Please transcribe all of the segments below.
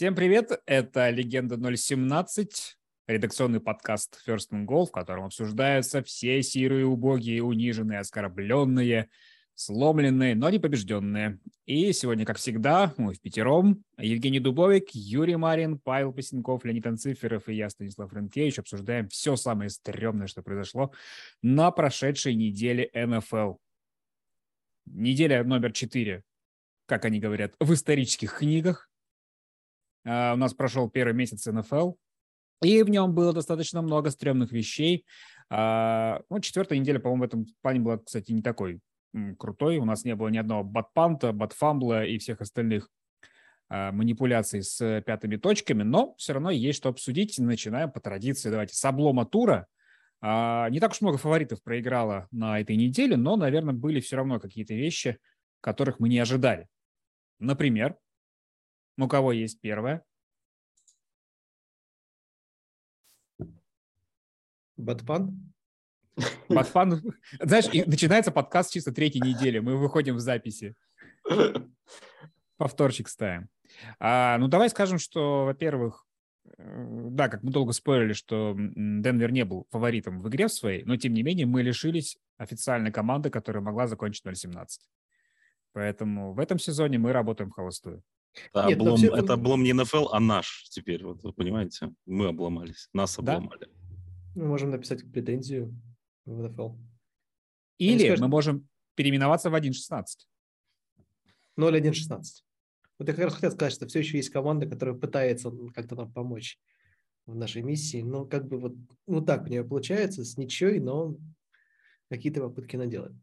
Всем привет, это «Легенда 017», редакционный подкаст First and Goal, в котором обсуждаются все сирые, убогие, униженные, оскорбленные, сломленные, но не побежденные. И сегодня, как всегда, мы впятером: Евгений Дубовик, Юрий Марин, Павел Пасенков, Леонид Анциферов и я, Станислав Ренкевич, обсуждаем все самое стрёмное, что произошло на прошедшей неделе НФЛ. Неделя номер 4, как они говорят, в исторических книгах. У нас прошел первый месяц НФЛ, и в нем было достаточно много стрёмных вещей. Четвертая неделя, по-моему, в этом плане была, кстати, не такой крутой. У нас не было ни одного батпанта, батфамбла и всех остальных манипуляций с пятыми точками, но все равно есть что обсудить. Начинаем по традиции. Давайте с облома тура. Не так уж много фаворитов проиграло на этой неделе, но, наверное, были все равно какие-то вещи, которых мы не ожидали. Например, у кого есть первое? Батпан? Батпан. Знаешь, и начинается подкаст чисто третьей недели. Мы выходим в записи. Повторчик ставим. Давай скажем, что, во-первых, да, как мы долго спорили, что Денвер не был фаворитом в игре в своей, но, тем не менее, мы лишились официальной команды, которая могла закончить 0-17. Поэтому в этом сезоне мы работаем в холостую. Нет, это облом не НФЛ, а наш теперь. Вот вы понимаете, мы обломались, нас обломали. Мы можем написать претензию в НФЛ. Или мы можем переименоваться в 1-16. 0-1-16. Вот я как раз хотел сказать, что все еще есть команда, которая пытается как-то нам помочь в нашей миссии. Но как бы вот так у нее получается, с ничьей, но какие-то попытки она делает.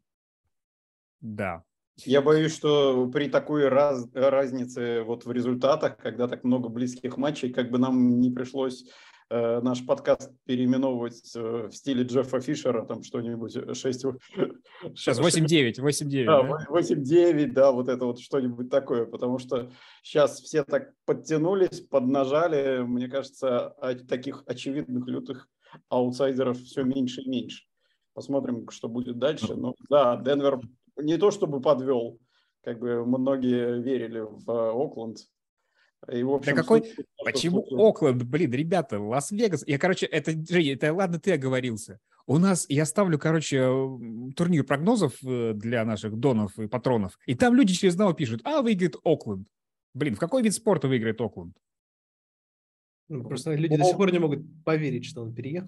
Да. Я боюсь, что при такой разнице вот в результатах, когда так много близких матчей, как бы нам не пришлось наш подкаст переименовывать в стиле Джеффа Фишера, там что-нибудь 6... Сейчас 8-9, 8-9. Да, 8-9, да, вот это вот что-нибудь такое, потому что сейчас все так подтянулись, поднажали, мне кажется, таких очевидных лютых аутсайдеров все меньше и меньше. Посмотрим, что будет дальше. Но да, Денвер не то чтобы подвел, как бы многие верили в Окленд. И, в общем, Почему Окленд? Блин, ребята, Лас-Вегас. Это ладно, ты оговорился. У нас, я ставлю, турнир прогнозов для наших донов и патронов, и там люди через одного пишут: выиграет Окленд. Блин, в какой вид спорта выиграет Окленд? Просто люди до сих пор не могут поверить, что он переехал.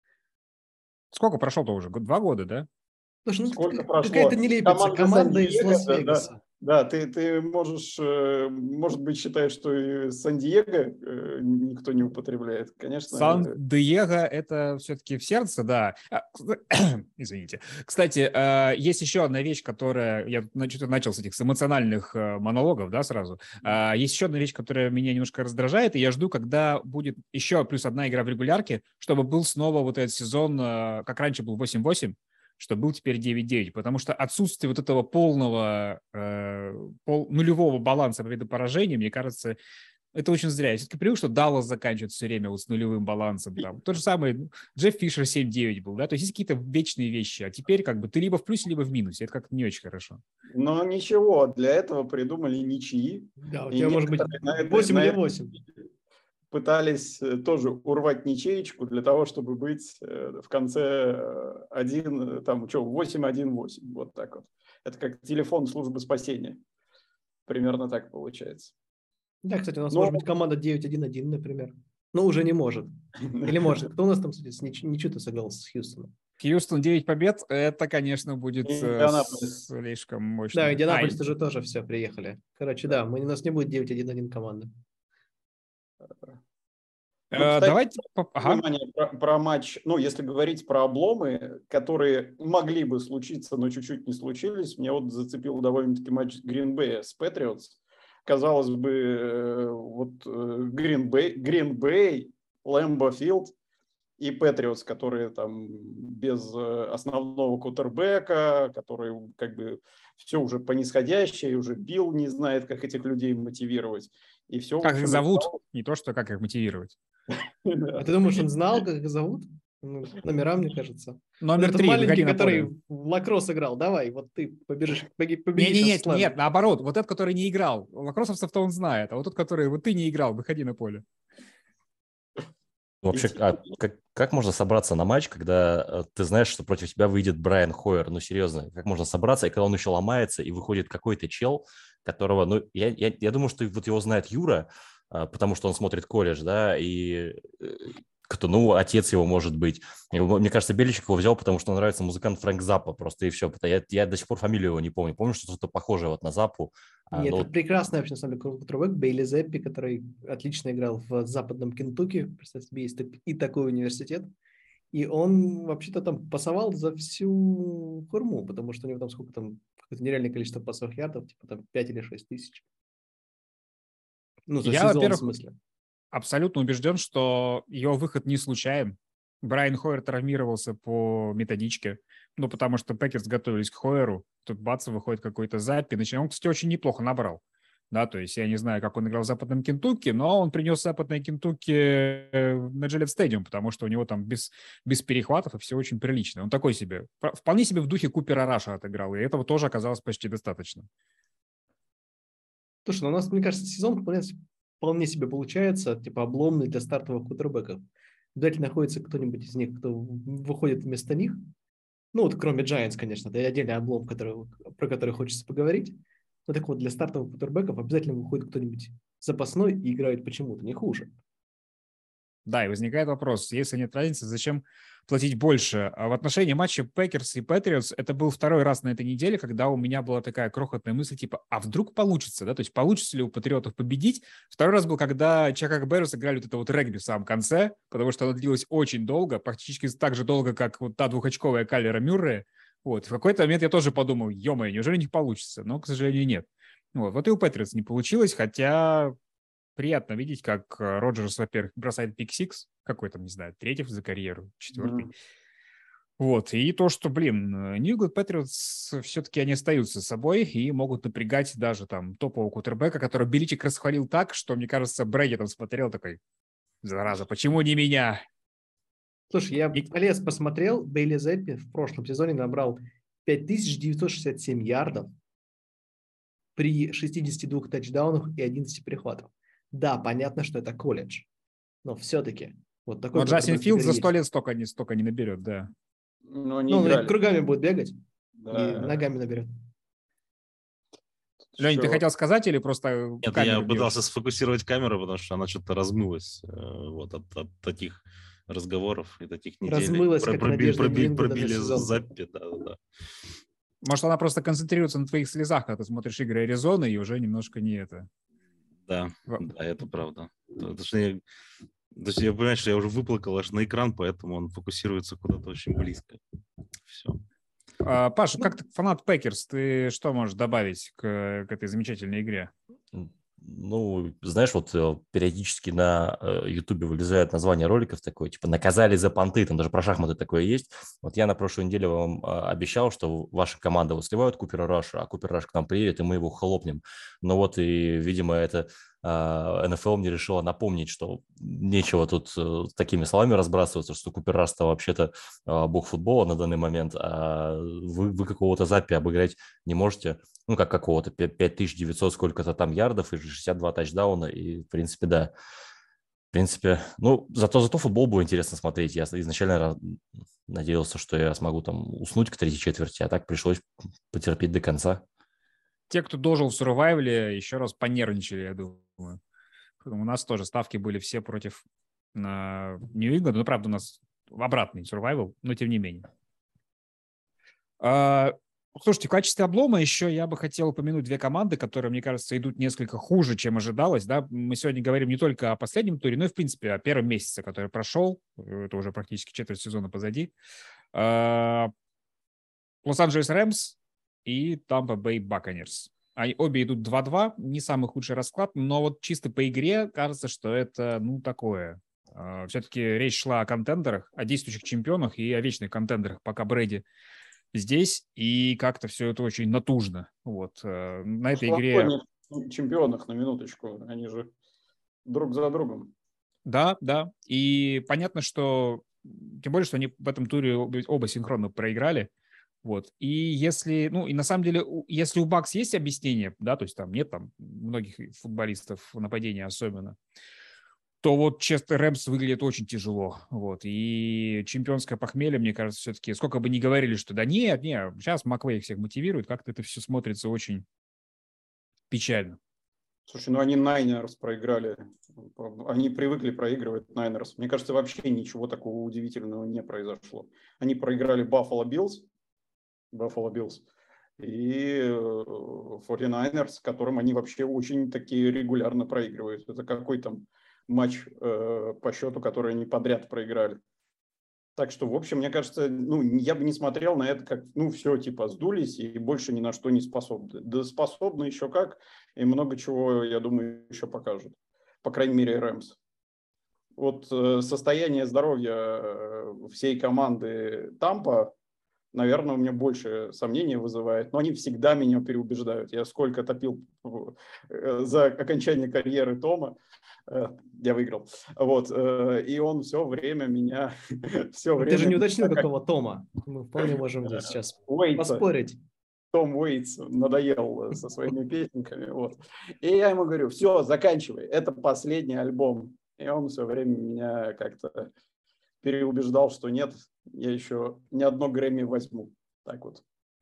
Сколько прошло-то уже? 2 года, да? Слушай, сколько прошло? Какая-то нелепица. Команда из Лас-Вегаса. Да, ты можешь, может быть, считать, что и Сан-Диего никто не употребляет. Конечно. Сан-Диего – это все-таки в сердце, да. Извините. Кстати, есть еще одна вещь, которая… Я начал с этих эмоциональных монологов, да, сразу. Есть еще одна вещь, которая меня немножко раздражает, и я жду, когда будет еще плюс одна игра в регулярке, чтобы был снова вот этот сезон, как раньше был 8-8, что был теперь 9-9, потому что отсутствие вот этого полного нулевого баланса победы-поражения, мне кажется, это очень зря. Я все-таки привык, что Даллас заканчивает все время вот с нулевым балансом. Там. То же самое, Джефф Фишер 7-9 был, да, то есть есть какие-то вечные вещи, а теперь как бы ты либо в плюсе, либо в минусе. Это как-то не очень хорошо. Но ничего, для этого придумали ничьи. Да, у тебя может быть 8 или 8. Пытались тоже урвать ничеечку для того, чтобы быть в конце 8-1-8. Вот так вот. Это как телефон службы спасения. Примерно так получается. Да, кстати, у нас может быть команда 9-1-1, например. Но уже не может. Или может. Кто у нас там, кстати, ничего-то сыграл с Хьюстоном? Хьюстон 9 побед, это, конечно, будет слишком мощно. Да, Индианаполис уже тоже все приехали. Короче, да, у нас не будет 9-1-1 команды. Кстати, давайте внимание про матч. Если говорить про обломы, которые могли бы случиться, но чуть-чуть не случились, мне вот зацепил довольно-таки матч Грин-Бэя с Патриотс. Казалось бы, Грин-Бэй, Лэмбо Филд и Патриотс, которые там без основного квотербека, которые как бы все уже по нисходящей, уже Билл не знает, как этих людей мотивировать. И все, как их зовут, не то, что как их мотивировать. А ты думаешь, он знал, как их зовут? Номера, мне кажется. Номер Этот 3, выходи маленький, на который поле. в лакросс играл. Давай, вот ты побежишь, победи Нет, сейчас славу. нет, наоборот. Вот этот, который не играл. Лакроссовцев-то он знает. А вот тот, который вот ты не играл, выходи на поле. Вообще, как можно собраться на матч, когда ты знаешь, что против тебя выйдет Брайан Хойер? Ну, серьезно, как можно собраться, и когда он еще ломается, и выходит какой-то чел, которого, ну, я думаю, что вот его знает Юра, потому что он смотрит колледж, да, и кто, ну, отец его может быть. Мне кажется, Беличек его взял, потому что он нравится музыкант Фрэнк Заппа, просто и все. Я до сих пор фамилию его не помню. Помню, что что-то похожее вот на Заппу. Нет, но это прекрасный вообще, на самом деле, квотербек Бейли Зеппи, который отлично играл в западном Кентукки. Представьте себе, есть и такой университет. И он вообще-то там пасовал за всю хурму, потому что у него там сколько там, какое-то нереальное количество пасовых ярдов, типа там 5 или 6 тысяч. Ну, за Я, сезон, в во-первых, смысле. абсолютно убежден, что его выход не случайен. Брайан Хойер травмировался по методичке, ну, потому что Пекерс готовились к Хойеру, тут бац, выходит какой-то Заппи, он, кстати, очень неплохо набрал, да, то есть я не знаю, как он играл в западном Кентукки, но он принес западное Кентукки на Gillette Stadium, потому что у него там без перехватов и все очень прилично. Он такой себе, вполне себе в духе Купера Раша отыграл, и этого тоже оказалось почти достаточно. Слушай, ну у нас, мне кажется, сезон вполне себе получается, типа обломный для стартовых квотербеков. Обязательно находится кто-нибудь из них, кто выходит вместо них. Ну, вот кроме Giants, конечно, это отдельный облом, про который хочется поговорить. Но так вот, для стартовых квотербеков обязательно выходит кто-нибудь запасной и играет почему-то не хуже. Да, и возникает вопрос, если нет разницы, зачем платить больше? А в отношении матча Пекерс и Патриотс это был второй раз на этой неделе, когда у меня была такая крохотная мысль, типа, а вдруг получится, да? То есть получится ли у Патриотов победить? Второй раз был, когда Чикаго Берс играли вот это вот регби в самом конце, потому что оно длилось очень долго, практически так же долго, как вот та двухочковая Кайлера Мюррея. Вот. В какой-то момент я тоже подумал, ё-моё, неужели у них получится? Но, к сожалению, нет. Вот и у Патриотс не получилось, хотя... Приятно видеть, как Роджерс, во-первых, бросает пик-сикс, какой там, не знаю, третий за карьеру, четвертый. Вот, и то, что, New England Patriots все-таки они остаются собой и могут напрягать даже там топового кутербека, которого Беличек расхвалил так, что, мне кажется, Брэди там смотрел такой, зараза, почему не меня? Слушай, я полез, посмотрел, Бейли Зеппи в прошлом сезоне набрал 5967 ярдов при 62 тачдаунах и 11 перехватах. Да, понятно, что это колледж, но все-таки вот такой... Но Джастин Филдс за 100 есть. лет столько не наберет, да. Но не Ну, он играли. кругами будет бегать Да. и ногами наберет. Леня, ты Чё? хотел сказать или просто Нет, камеру я бьешь? пытался сфокусировать камеру, потому что она что-то размылась вот от таких разговоров и таких недель. Размылась, как надежда Нью-Ингланда на Пробили сезон. Заппи, да. Может, она просто концентрируется на твоих слезах, когда ты смотришь игры Аризоны, и уже немножко не это. Да, это правда. Потому что я понимаю, что я уже выплакал аж на экран, поэтому он фокусируется куда-то очень близко. Все. Паша, как ты фанат Пекерс, ты что можешь добавить к этой замечательной игре? Ну, знаешь, вот периодически на Ютубе вылезают названия роликов такое, типа «Наказали за понты», там даже про шахматы такое есть. Вот я на прошлой неделе вам обещал, что ваша команда вот сливают Купера Раша, а Купер Раш к нам приедет, и мы его хлопнем. Но вот и, видимо, это НФЛ мне решила напомнить, что нечего тут такими словами разбрасываться, что Купер Раш-то вообще-то бог футбола на данный момент, а вы какого-то Заппи обыграть не можете. Ну, как какого-то 5900 сколько-то там ярдов и 62 тачдауна. И, в принципе, да. В принципе, ну, зато футбол было интересно смотреть. Я изначально надеялся, что я смогу там уснуть к третьей четверти, а так пришлось потерпеть до конца. Те, кто дожил в сурвайвле, еще раз понервничали, я думаю. У нас тоже ставки были все против Нью-Ингланда. Ну, правда, у нас обратный сурвайвл, но тем не менее. Слушайте, в качестве облома еще я бы хотел упомянуть две команды, которые, мне кажется, идут несколько хуже, чем ожидалось. Да? Мы сегодня говорим не только о последнем туре, но и, в принципе, о первом месяце, который прошел. Это уже практически четверть сезона позади. Лос-Анджелес Рэмс и Тампа Бэй Баконерс. Они обе идут 2-2, не самый худший расклад, но вот чисто по игре кажется, что это, ну, такое. Все-таки речь шла о контендерах, о действующих чемпионах и о вечных контендерах, пока Брэди здесь, и как-то все это очень натужно. Вот. На этой игре... Чемпионах, на минуточку, они же друг за другом. Да. И понятно, что тем более, что они в этом туре оба синхронно проиграли. Вот. И если, ну, и на самом деле, если у Бакс есть объяснение, да, то есть там нет там многих футболистов нападения особенно, то вот честно Рэмс выглядит очень тяжело. Вот. И чемпионское похмелье, мне кажется, все-таки, сколько бы ни говорили, что да нет, сейчас Маквей их всех мотивирует, как-то это все смотрится очень печально. Слушай, ну они Найнерс проиграли. Они привыкли проигрывать Найнерс. Мне кажется, вообще ничего такого удивительного не произошло. Они проиграли Buffalo Bills и 49ers, которым они вообще очень такие регулярно проигрывают. Это какой там матч по счету, который они подряд проиграли. Так что, в общем, мне кажется, ну, я бы не смотрел на это как, ну, все, типа, сдулись и больше ни на что не способны. Да способны еще как, и много чего, я думаю, еще покажут. По крайней мере, Рэмс. Вот состояние здоровья всей команды Тампа, наверное, у меня больше сомнений вызывает, но они всегда меня переубеждают. Я сколько топил за окончание карьеры Тома, я выиграл. Вот. И он все время меня... Ты же не уточнил, какого Тома. Мы вполне можем здесь сейчас поспорить. Том Уэйтс надоел со своими песенками. Вот. И я ему говорю, все, заканчивай, это последний альбом. И он все время меня как-то переубеждал, что нет, я еще ни одно Грэмми возьму. Так вот.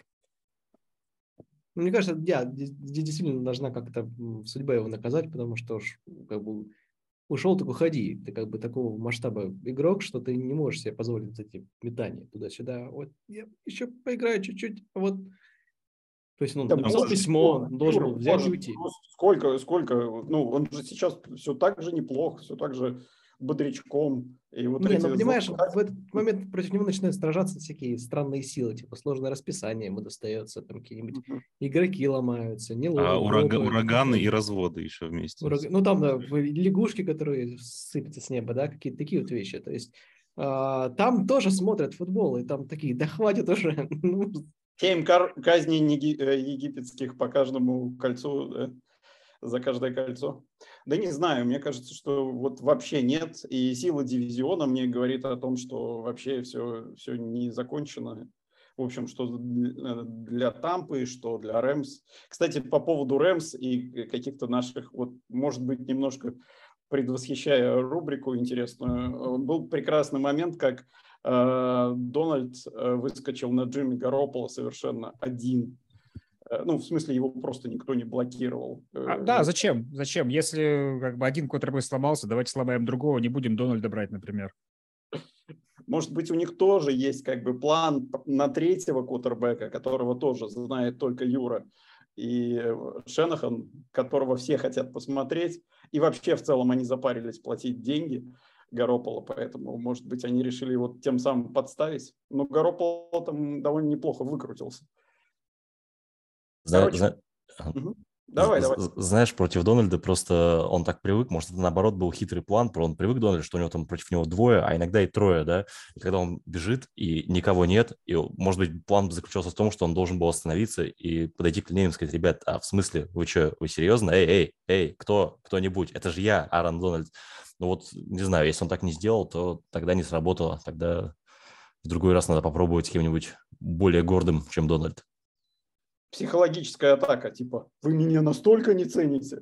Мне кажется, здесь действительно должна как-то судьба его наказать, потому что как бы ушел, так уходи. Ты как бы такого масштаба игрок, что ты не можешь себе позволить эти метания туда-сюда. Вот я еще поиграю чуть-чуть, вот. То есть он написал письмо, он должен был взять и уйти. Сколько, ну, он же сейчас все так же неплохо, все так же бодрячком. И вот ну понимаешь, в этот момент против него начинают сражаться всякие странные силы, типа сложное расписание ему достается, там какие-нибудь игроки ломаются, ураганы и разводы еще вместе. Ну там, да, лягушки, которые сыпятся с неба, да, какие-то такие вот вещи. То есть там тоже смотрят футбол, и там такие, да хватит уже. 7 казней египетских по каждому кольцу, да, за каждое кольцо. Да не знаю, мне кажется, что вот вообще нет. И сила дивизиона мне говорит о том, что вообще все не закончено. В общем, что для Тампы, что для Рэмс. Кстати, по поводу Рэмс и каких-то наших, вот, может быть, немножко предвосхищая рубрику интересную, был прекрасный момент, как Дональд выскочил на Джимми Гарополо совершенно один. Ну, в смысле, его просто никто не блокировал. Да, зачем? Зачем? Если как бы один квотербек сломался, давайте сломаем другого, не будем Дональда брать, например. Может быть, у них тоже есть как бы план на третьего квотербека, которого тоже знает только Юра. И Шенахан, которого все хотят посмотреть. И вообще в целом они запарились платить деньги Гарополо, поэтому, может быть, они решили его тем самым подставить. Но Гарополо там довольно неплохо выкрутился. Давай. Знаешь, против Дональда просто он так привык, может, это наоборот был хитрый план, он привык Дональд, что у него там против него двое, а иногда и трое, да, и когда он бежит, и никого нет, и, может быть, план заключался в том, что он должен был остановиться и подойти к линейным и сказать, ребят, а в смысле, вы что, вы серьезно? Эй, кто-нибудь, это же я, Аарон Дональд. Ну вот, не знаю, если он так не сделал, то тогда не сработало, тогда в другой раз надо попробовать кем-нибудь более гордым, чем Дональд. Психологическая атака, типа, вы меня настолько не цените.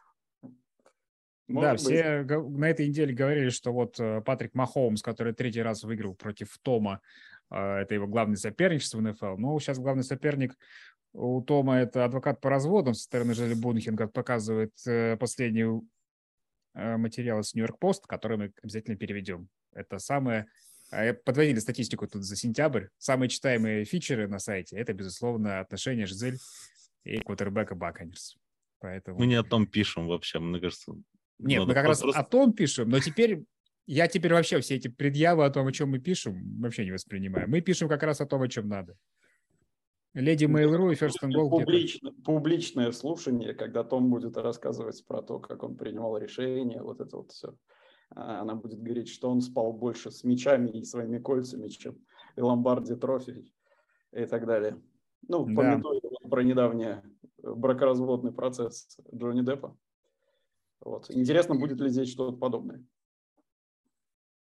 Да, все на этой неделе говорили, что вот Патрик Махоумс, который третий раз выиграл против Тома, это его главный соперничество в НФЛ. Но сейчас главный соперник у Тома – это адвокат по разводам со стороны Жели Бунхен, как показывает последний материал с Нью-Йорк Пост, который мы обязательно переведем. Это самое... Подводили статистику тут за сентябрь. Самые читаемые фичеры на сайте – это, безусловно, отношения Жизель и квотербека Баканерс. Поэтому... Мы не о том пишем вообще, мне кажется. Нет, мы как раз о том пишем, но я теперь вообще все эти предъявы о том, о чем мы пишем, вообще не воспринимаю. Мы пишем как раз о том, о чем надо. Леди Mail.ru и First and Goal. Публичное слушание, когда Том будет рассказывать про то, как он принимал решения, вот это вот все. Она будет говорить, что он спал больше с мячами и своими кольцами, чем и Ломбарди Трофи и так далее. Ну, памятуя про недавний бракоразводный процесс Джонни Деппа. Вот. Интересно, будет ли здесь что-то подобное.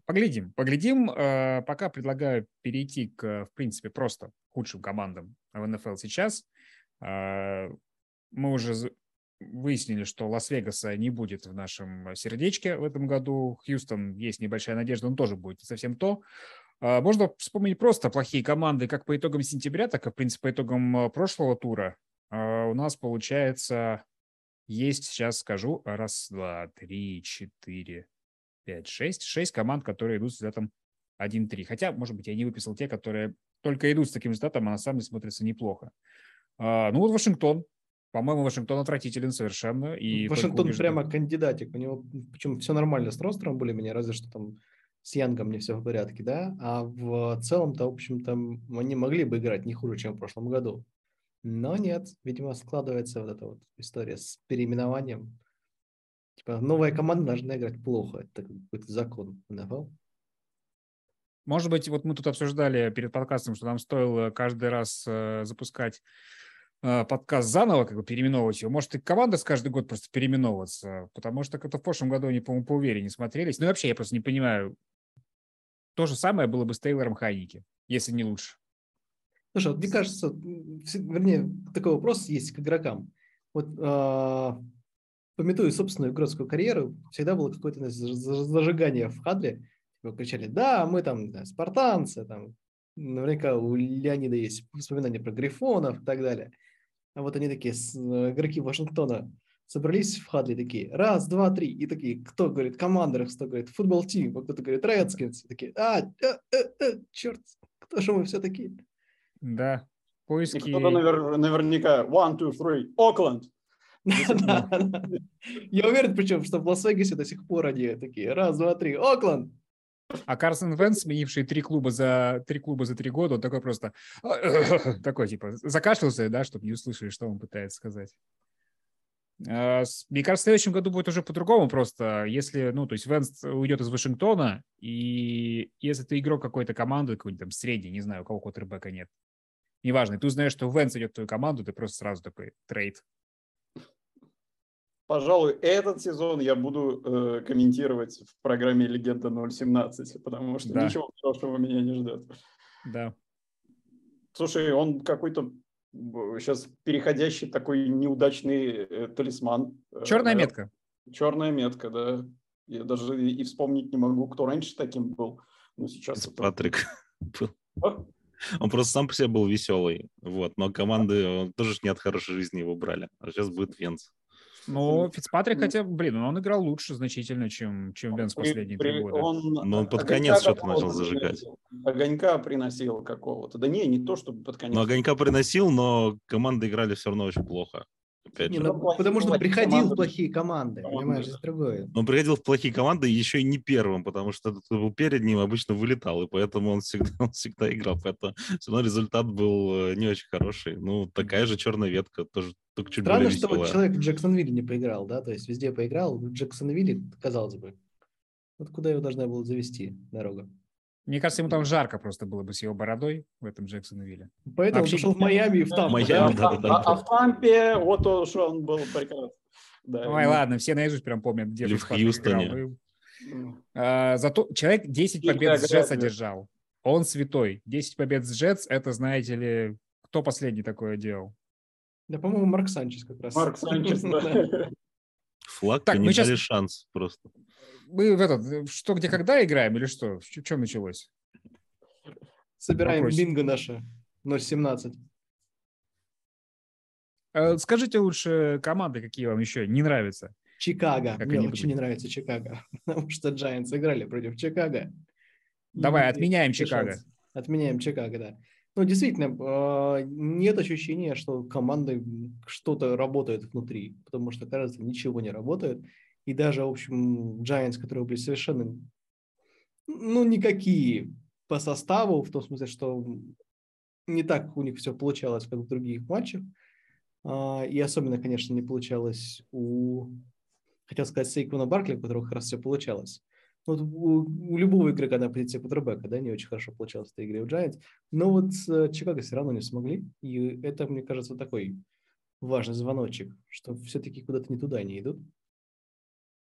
Поглядим. Пока предлагаю перейти к, в принципе, просто худшим командам в НФЛ сейчас. Мы уже выяснили, что Лас-Вегаса не будет в нашем сердечке в этом году. Хьюстон, есть небольшая надежда, он тоже будет не совсем то. Можно вспомнить просто плохие команды как по итогам сентября, так и, в принципе, по итогам прошлого тура. У нас, получается, есть, сейчас скажу, 1, 2, 3, 4, 5, 6. 6 команд, которые идут с результатом 1-3. Хотя, может быть, я не выписал те, которые только идут с таким результатом, а на самом деле смотрятся неплохо. Ну вот Вашингтон. По-моему, Вашингтон отвратителен совершенно. И Вашингтон прямо кандидатик. У него причем все нормально с ростером более-менее, разве что там с Янгом не все в порядке, да? А в целом-то, в общем-то, они могли бы играть не хуже, чем в прошлом году. Но нет, видимо, складывается вот эта вот история с переименованием. Типа, новая команда должна играть плохо. Это какой-то закон НФЛ. Может быть, вот мы тут обсуждали перед подкастом, что нам стоило каждый раз запускать подкаст заново, как бы переименовывать его. Может, и команда с каждый год просто переименовываться, потому что как-то в прошлом году они, по-моему, поувереннее смотрелись. Ну и вообще, я просто не понимаю. То же самое было бы с Тейлором Хайнике, если не лучше. Слушай, вот мне кажется, вернее, такой вопрос есть к игрокам. Вот памятуя собственную игрокскую карьеру, всегда было какое-то зажигание в хадле. Типа кричали, да, мы там да, спартанцы, там, наверняка у Леонида есть воспоминания про грифонов и так далее. А вот они такие, игроки Вашингтона, собрались в хадле такие, 1, 2, 3, и такие, кто говорит Commanders, кто говорит футбол тим, кто-то говорит Redskins, такие, черт, кто же мы все такие? Да, поиски... И кто-то наверняка 1, 2, 3, Окленд. Я уверен, причем, что в Лас-Вегасе до сих пор они такие, 1, 2, 3, Окленд. А Карсон Венс, сменивший 3 клуба за 3 года, он такой просто, такой типа, закашлялся, да, чтобы не услышали, что он пытается сказать. Мне кажется, в следующем году будет уже по-другому просто. Если, ну, то есть Венс уйдет из Вашингтона, и если ты игрок какой-то команды, какой-нибудь там средний, не знаю, у кого квотербека нет, неважно, ты узнаешь, что Венс идет в твою команду, ты просто сразу такой трейд. Пожалуй, этот сезон я буду комментировать в программе «Легенда 017», потому что Да. ничего хорошего меня не ждет. Да. Слушай, он какой-то сейчас переходящий такой неудачный талисман. Черная метка. Черная метка, да. Я даже и вспомнить не могу, кто раньше таким был. Но сейчас Патрик был. Он просто сам по себе был веселый. Вот. Но команды тоже не от хорошей жизни его брали. А сейчас будет Венс. Но Фицпатрик, хотя, блин, он играл лучше значительно, чем Венс последние 3 года. Но он под конец что-то начал зажигать. Огонька приносил какого-то. Да не то, чтобы под конец. Но огонька приносил, но команды играли все равно очень плохо. Не, потому что приходил в плохие команды, понимаешь, здесь другое. Он приходил в плохие команды еще и не первым, потому что тот, кто был перед ним, обычно вылетал, и поэтому он всегда играл. Поэтому все равно результат был не очень хороший. Ну, такая же черная ветка, тоже только чуть Странно, более что веселая. вот человек в Джексонвилле не поиграл, да, то есть везде поиграл, в Джексонвилле, казалось бы. Вот куда его должна была завести дорога? Мне кажется, ему там жарко просто было бы с его бородой в этом Джексонвилле. Поэтому Вообще... он пошел в Майами и в Тампу. А в Тампе вот то, что он был прекрасен. Да, ой, ладно, все наизусть прям помнят, где или в Хьюстоне. Зато человек 10 побед с Джетс одержал. Он святой. 10 побед с Джетс, это, знаете ли, кто последний такое делал? Да, по-моему, Марк Санчес как раз. Марк Санчес, да. Флаг не дали шанс просто. Мы в этот, что, где, когда играем или что? В чем началось? Собираем бинго наше 017. Скажите лучше команды, какие вам еще не нравятся. Чикаго. Мне очень не нравится Чикаго, потому что Giants играли против Чикаго. Давай, отменяем Чикаго. Отменяем Чикаго, да. Ну, действительно, нет ощущения, что команды что-то работает внутри, потому что, кажется, ничего не работает. И даже, в общем, Giants, которые были совершенно, ну, никакие по составу, в том смысле, что не так у них все получалось, как в других матчах. И особенно, конечно, не получалось хотел сказать, Сейквона Баркли, у которого как раз все получалось. Вот у любого игрока на позиции квотербека, да, не очень хорошо получалось в этой игре у Giants. Но вот Чикаго все равно не смогли. И это, мне кажется, такой важный звоночек, что все-таки куда-то не туда они идут.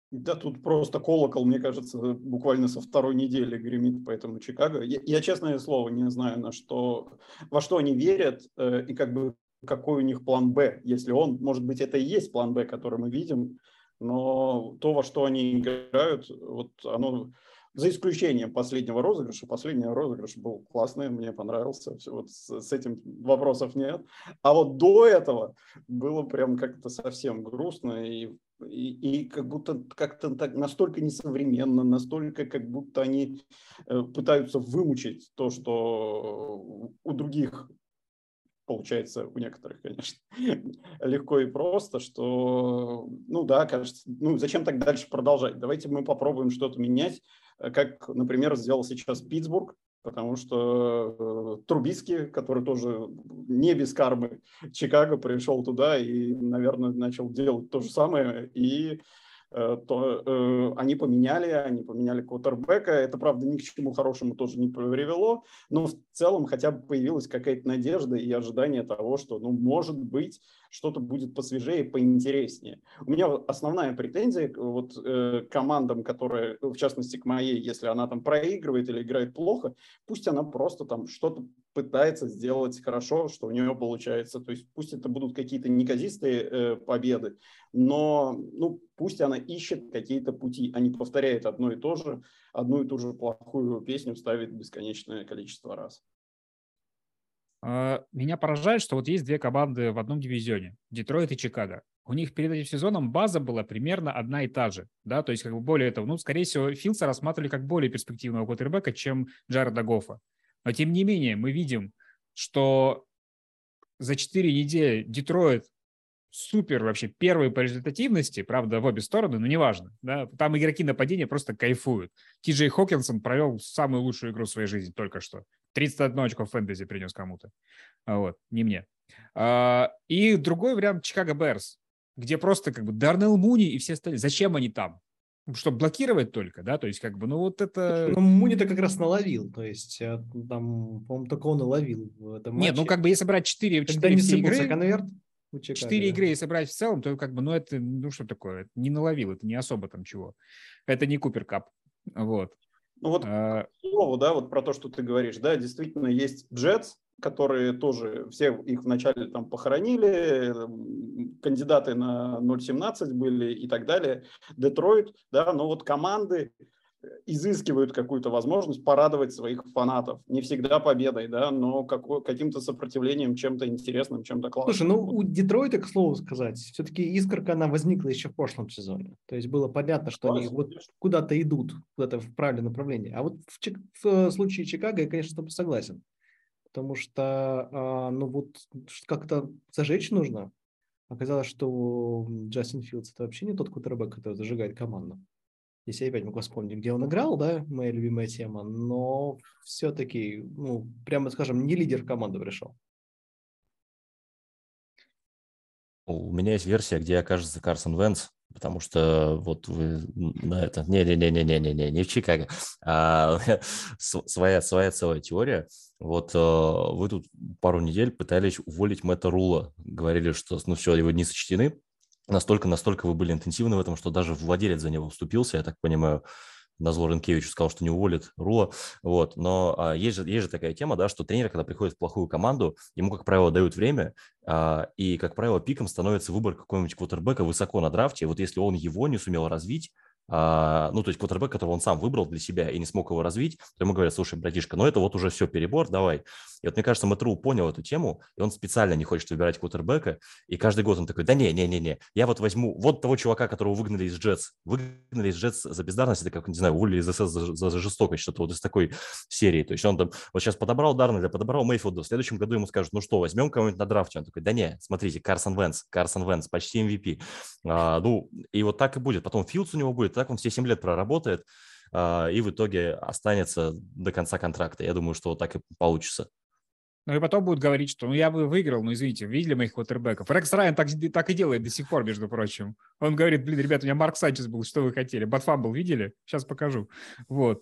Да, тут просто колокол, мне кажется, буквально со второй недели гремит по этому Чикаго. Я, честное слово, не знаю, во что они верят и как бы какой у них план «Б», если он, может быть, это и есть план «Б», который мы видим, но то, во что они играют, вот оно, за исключением последний розыгрыш был классный, мне понравился, все, вот с этим вопросов нет. А вот до этого было прям как-то совсем грустно, и как будто как-то так настолько несовременно, настолько как будто они пытаются вымучить то, что у других получается, у некоторых, конечно, легко и просто, что, ну да, кажется, ну зачем так дальше продолжать? Давайте мы попробуем что-то менять, как, например, сделал сейчас Питтсбург, потому что Трубицкий, который тоже не без кармы Чикаго, пришел туда и, наверное, начал делать то же самое, и они поменяли квотербека. Это, правда, ни к чему хорошему тоже не привело, но в целом хотя бы появилась какая-то надежда и ожидание того, что, ну, может быть, что-то будет посвежее, поинтереснее. У меня основная претензия вот, к командам, которые, в частности, к моей, если она там проигрывает или играет плохо, пусть она просто там что-то пытается сделать хорошо, что у нее получается. То есть пусть это будут какие-то неказистые победы, но ну, пусть она ищет какие-то пути, а не повторяет одну и ту же плохую песню ставит бесконечное количество раз. Меня поражает, что вот есть две команды в одном дивизионе, Детройт и Чикаго. У них перед этим сезоном база была примерно одна и та же, да, то есть как бы более того, ну, скорее всего, Филдса рассматривали как более перспективного квотербека, чем Джареда Гоффа. Но тем не менее мы видим, что за 4 недели Детройт супер вообще первый по результативности, правда, в обе стороны, но неважно. Да? Там игроки нападения просто кайфуют. Ти-Джей Хокинсон провел самую лучшую игру в своей жизни только что. 31 очко в фэнтези принес кому-то. Вот, не мне. И другой вариант Чикаго Берс, где просто как бы Дарнелл Муни и все остальные. Зачем они там? Чтобы блокировать только, да? То есть как бы, ну вот это... Ну, Муни-то как раз наловил. То есть там, по-моему, только он и ловил в этом матче. Нет, ну как бы если брать 4 Когда не все сыпался игры... конверт у Чикаго. 4 игры, если брать в целом, то как бы, ну это, ну что такое, это не наловил, это не особо там чего. Это не Купер Кап, вот. Ну вот, к слову, да, вот про то, что ты говоришь, да, действительно есть Джетс, которые тоже, все их вначале там похоронили, кандидаты на 0.17 были и так далее, Детройт, да, но вот команды изыскивают какую-то возможность порадовать своих фанатов. Не всегда победой, да, но каким-то сопротивлением, чем-то интересным, чем-то классным. Слушай, ну у Детройта, к слову сказать, все-таки искорка, она возникла еще в прошлом сезоне. То есть было понятно, что они вот куда-то идут, куда-то в правильном направлении. А вот в случае Чикаго я, конечно, с тобой согласен. Потому что, ну вот, как-то зажечь нужно. Оказалось, что Джастин Филдс – это вообще не тот квотербек, который зажигает команду. Если я опять могу вспомнить, где он играл, да, моя любимая тема, но все-таки, ну, прямо скажем, не лидер команды пришел. У меня есть версия, где окажется Карсон Венц, потому что вот вы на это... Не в Чикаго. Своя целая теория. Вот вы тут пару недель пытались уволить Мэтта Рула. Говорили, что ну все, его дни сочтены. Настолько вы были интенсивны в этом, что даже владелец за него вступился, я так понимаю, назло Рынкевичу сказал, что не уволит Рула. Вот. Но есть же такая тема, да, что тренер, когда приходит в плохую команду, ему, как правило, дают время, и, как правило, пиком становится выбор какого-нибудь квотербека высоко на драфте. И вот если он его не сумел развить, ну, то есть квотербек, которого он сам выбрал для себя и не смог его развить, то ему говорят: слушай, братишка, ну это вот уже все, перебор, давай. И вот мне кажется, Мэтт Рул понял эту тему, и он специально не хочет выбирать квотербека, и каждый год он такой: да не, я вот возьму вот того чувака, которого выгнали из Джетс за бездарность, это как, не знаю, уволили из СС за жестокость, что-то вот из такой серии. То есть он там вот сейчас подобрал Дарнольда, подобрал Мейфилда, в следующем году ему скажут: ну что, возьмем кого-нибудь на драфте? Он такой: да не, смотрите, Карсон Венц, почти MVP. Ну, и вот так и будет. Потом Филдс у него будет, так он все 7 лет проработает, и в итоге останется до конца контракта. Я думаю, что вот так и получится. Ну и потом будут говорить, что ну я бы выиграл, но извините, видели моих квотербеков. Рекс Райан так и делает до сих пор, между прочим. Он говорит: блин, ребята, у меня Марк Санчес был, что вы хотели? Батфамбл видели? Сейчас покажу. Вот.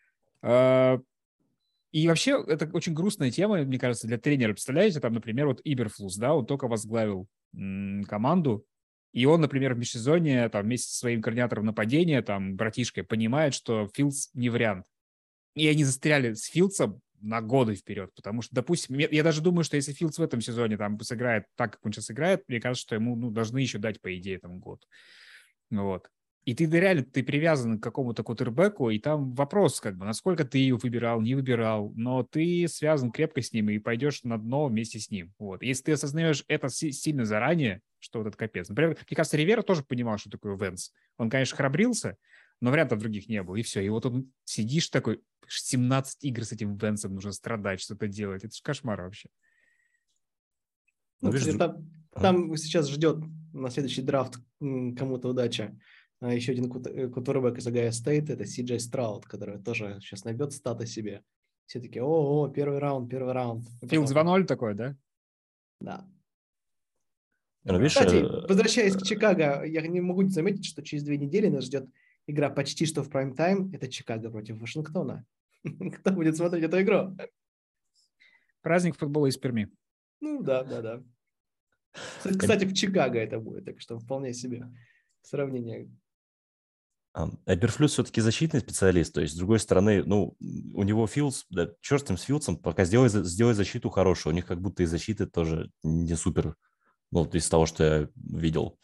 И вообще это очень грустная тема, мне кажется, для тренера. Представляете, там, например, вот Иберфлус, да, он только возглавил команду, И он, например, в межсезонье там, вместе со своим координатором нападения, там, братишкой, понимает, что Филдс не вариант. И они застряли с Филдсом на годы вперед, потому что, допустим, я даже думаю, что если Филдс в этом сезоне там сыграет так, как он сейчас играет, мне кажется, что ему должны еще дать, по идее, там год. Вот. И ты реально ты привязан к какому-то квотербеку, и там вопрос, как бы, насколько ты ее выбирал, не выбирал, но ты связан крепко с ним и пойдешь на дно вместе с ним. Вот. Если ты осознаешь это сильно заранее, что вот это капец. Например, мне кажется, Ривера тоже понимал, что такое Венс. Он, конечно, храбрился, но вариантов других не было, и все. И вот он сидишь такой, 17 игр с этим Венсом, нужно страдать, что-то делать. Это же кошмар вообще. Ну, кстати, там сейчас ждет на следующий драфт кому-то удача. Еще один квотербек из Огайо Стейт, это Си-Джей Страуд, который тоже сейчас набьет статы себе. Все таки первый раунд. Филдс 2-0 такой, да? Да. Ну, видишь, Кстати, возвращаясь к Чикаго, я не могу не заметить, что через 2 недели нас ждет игра почти что в прайм-тайм. Это Чикаго против Вашингтона. Кто будет смотреть эту игру? Праздник футбола из Перми. Ну, да. Кстати, в Чикаго это будет, так что вполне себе сравнение. Эберфлюс все-таки защитный специалист, то есть, с другой стороны, ну, у него Филдс, да, черт с ним, с Филдсом, пока сделай защиту хорошую, у них как будто и защиты тоже не супер, ну, из того, что я видел.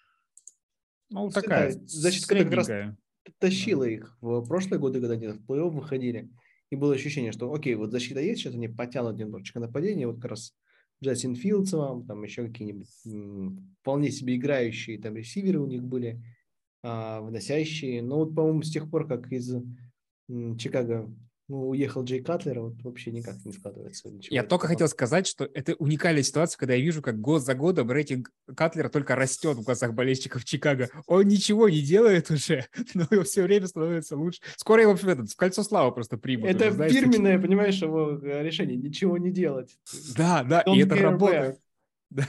Ну, такая защита как раз тащила их в прошлые годы, когда они в плей-офф выходили, и было ощущение, что, окей, вот защита есть, сейчас они потянут немножечко нападение, вот как раз Джастин Филдс вам, там еще какие-нибудь вполне себе играющие там ресиверы у них были, выносящие. Но вот, по-моему, с тех пор, как из Чикаго уехал Джей Катлер, вот вообще никак не складывается. Я только хотел сказать, что это уникальная ситуация, когда я вижу, как год за годом рейтинг Катлера только растет в глазах болельщиков Чикаго. Он ничего не делает уже, но его все время становится лучше. Скоро его в кольцо славы просто примут. Это уже, фирменное, понимаешь, его решение, ничего не делать. Да, и это работает. Да.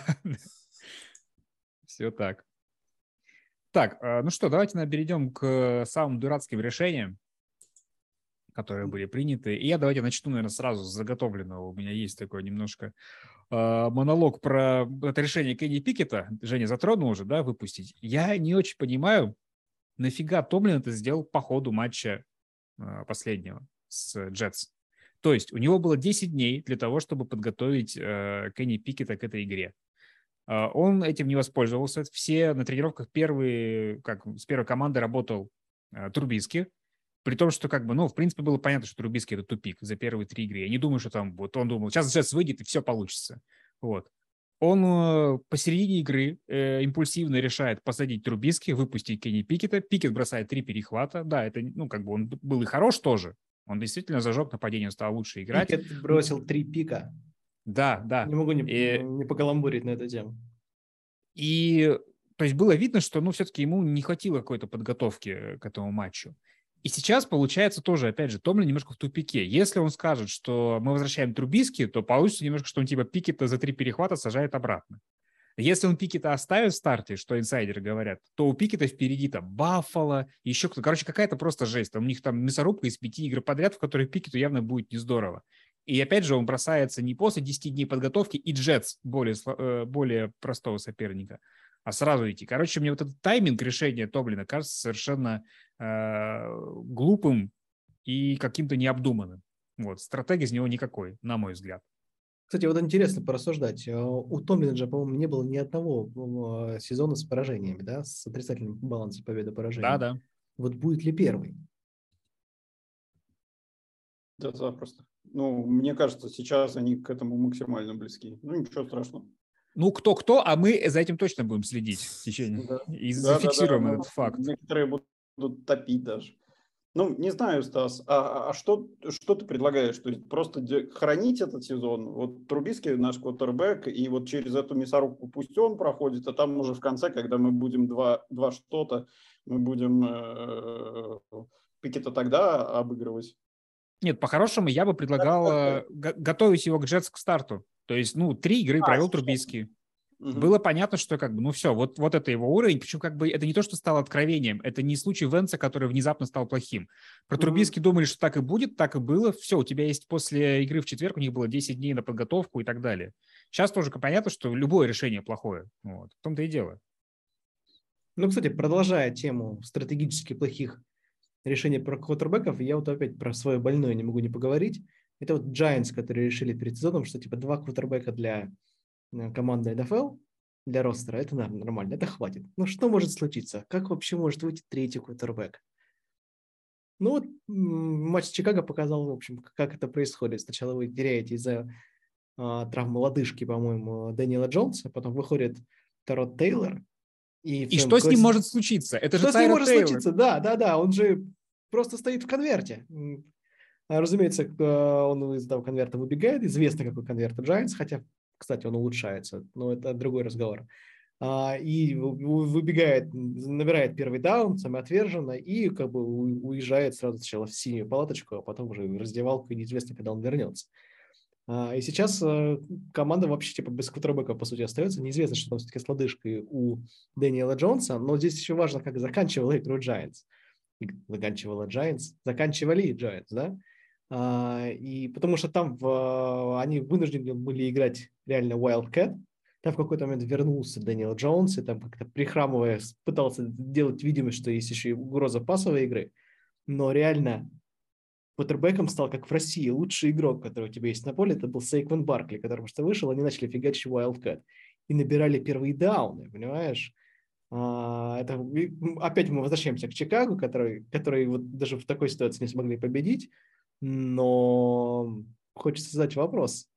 Все так. Так, ну что, давайте перейдем к самым дурацким решениям, которые были приняты. И я давайте начну, наверное, сразу с заготовленного. У меня есть такой немножко монолог про это решение Кенни Пикета. Женя затронул уже, да, выпустить. Я не очень понимаю, нафига Томлин это сделал по ходу матча последнего с Джетс. То есть у него было 10 дней для того, чтобы подготовить Кенни Пикета к этой игре. Он этим не воспользовался. Все на тренировках с первой командой работал Трубиски. При том, что в принципе, было понятно, что Трубиски это тупик за первые 3 игры. Я не думаю, что там вот он думал, сейчас Джетс выйдет и все получится. Вот. Он посередине игры импульсивно решает посадить Трубиски, выпустить Кенни Пикета. Пикет бросает 3 перехвата. Да, это, он был и хорош тоже. Он действительно зажег нападение, он стал лучше играть. Пикет бросил 3 пика. Да. Не могу не покаламбурить на эту тему. И, то есть, было видно, что, все-таки ему не хватило какой-то подготовки к этому матчу. И сейчас, получается, тоже, опять же, Томлин немножко в тупике. Если он скажет, что мы возвращаем Трубиски, то получится немножко, что он типа Пикета за 3 перехвата сажает обратно. Если он Пикета оставит в старте, что инсайдеры говорят, то у Пикета впереди там Баффало, еще кто-то. Короче, какая-то просто жесть. У них там мясорубка из 5 игр подряд, в которой Пикету явно будет не здорово. И опять же, он бросается не после 10 дней подготовки и Джетс более простого соперника, а сразу идти. Короче, мне вот этот тайминг решения Томлина кажется совершенно глупым и каким-то необдуманным. Вот. Стратегии из него никакой, на мой взгляд. Кстати, вот интересно порассуждать. У Томлина же, по-моему, не было ни одного сезона с поражениями, да, с отрицательным балансом победы-поражения. Да. Вот будет ли первый? Да, запросто. Мне кажется, сейчас они к этому максимально близки. Ничего страшного. Кто-кто, а мы за этим точно будем следить в течение. Да. И зафиксируем этот факт. Некоторые будут топить даже. Не знаю, Стас, а что ты предлагаешь? То есть просто хранить этот сезон? Вот Трубиски наш квотербэк, и вот через эту мясорубку пусть он проходит, а там уже в конце, когда мы будем два что-то, мы будем Пикета тогда обыгрывать. Нет, по-хорошему я бы предлагал готовить его к Джетс к старту. То есть, 3 игры провел Трубиски. Угу. Было понятно, что все, вот это его уровень. Причем это не то, что стало откровением. Это не случай Венца, который внезапно стал плохим. Про Трубиски думали, что так и будет, так и было. Все, у тебя есть после игры в четверг, у них было 10 дней на подготовку и так далее. Сейчас тоже понятно, что любое решение плохое. Вот. В том-то и дело. Ну, кстати, продолжая тему стратегически плохих решений про квотербеков, я вот опять про свое больное не могу не поговорить. Это вот Giants, которые решили перед сезоном, что типа 2 квотербека для команды NFL, для ростера, это нормально, это хватит. Но что может случиться? Как вообще может выйти третий квотербек? Ну вот матч Чикаго показал, в общем, как это происходит. Сначала вы теряете из-за травмы лодыжки, по-моему, Дэниела Джонса, потом выходит Тарод Тейлор. И что с ним может случиться? Это же Что с ним Тайрод может Тейлор. случиться? Да, он же просто стоит в конверте. Разумеется, он из этого конверта выбегает. Известно, какой конверт у Giants, хотя, кстати, он улучшается, но это другой разговор. И выбегает, набирает первый даун, самоотверженно, и как бы уезжает сразу сначала в синюю палаточку, а потом уже в раздевалку, и неизвестно, когда он вернется. И сейчас команда вообще типа без квотербека, по сути, остается. Неизвестно, что там все-таки с лодыжкой у Дэниела Джонса, но здесь еще важно, как заканчивала игру Giants. Заканчивали Giants, да? И потому что там они вынуждены были играть реально Wildcat. Там в какой-то момент вернулся Дэниел Джонс, и там как-то прихрамывая пытался делать видимость, что есть еще и угроза пасовой игры. Но реально квотербеком стал, как в России, лучший игрок, который у тебя есть на поле, это был Сейквон Баркли, который что вышел, они начали фигачить Wildcat и набирали первые дауны, понимаешь? Опять мы возвращаемся к Чикаго, который вот даже в такой ситуации не смогли победить, но хочется задать вопрос,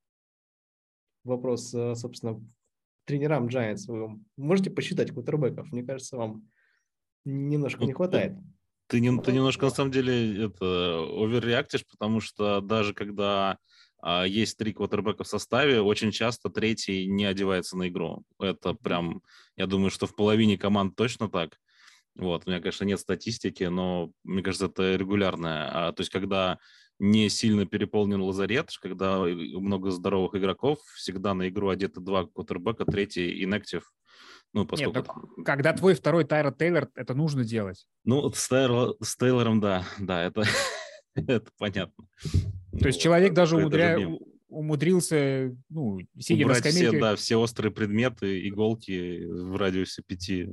собственно, тренерам Giants. Вы можете посчитать квотербеков? Мне кажется, вам немножко не хватает. Ты немножко, на самом деле, оверреактишь, потому что даже когда есть 3 квотербека в составе, очень часто третий не одевается на игру. Это прям, я думаю, что в половине команд точно так. Вот, у меня, конечно, нет статистики, но мне кажется, это регулярное. То есть, когда не сильно переполнен лазарет, когда много здоровых игроков, всегда на игру одеты 2 квотербека, третий inactive. Ну, поскольку... Нет, когда твой второй Тайрод Тейлор, это нужно делать. Ну, с Тейлором, да, это, это понятно. То есть человек даже умудрился, сидя на скамейке... все острые предметы, иголки в радиусе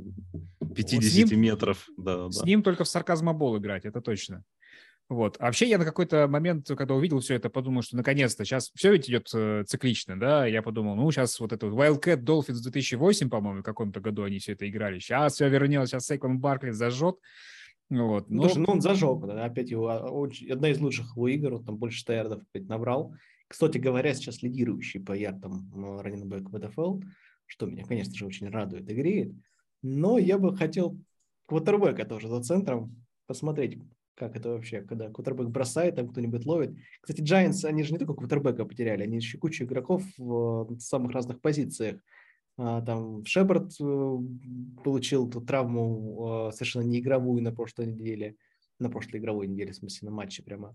50 метров. Да. С ним только в сарказмобол играть, это точно. Вот. А вообще я на какой-то момент, когда увидел все это, подумал, что наконец-то сейчас все ведь идет циклично, да, я подумал, сейчас вот это Wildcat Dolphins 2008, по-моему, в каком-то году они все это играли, сейчас все вернется, сейчас Сейквон Баркли зажжет. Вот. Он зажег, да, опять одна из лучших его игр, он там больше 100 ярдов опять набрал. Кстати говоря, сейчас лидирующий по ярдам раннинбэк в НФЛ, что меня, конечно же, очень радует и греет, но я бы хотел квотербека тоже за центром посмотреть, как это вообще, когда квотербек бросает, там кто-нибудь ловит. Кстати, Giants, они же не только квотербека потеряли, они еще кучу игроков в самых разных позициях. Там Шепард получил ту травму совершенно неигровую на прошлой игровой неделе, в смысле на матче прямо.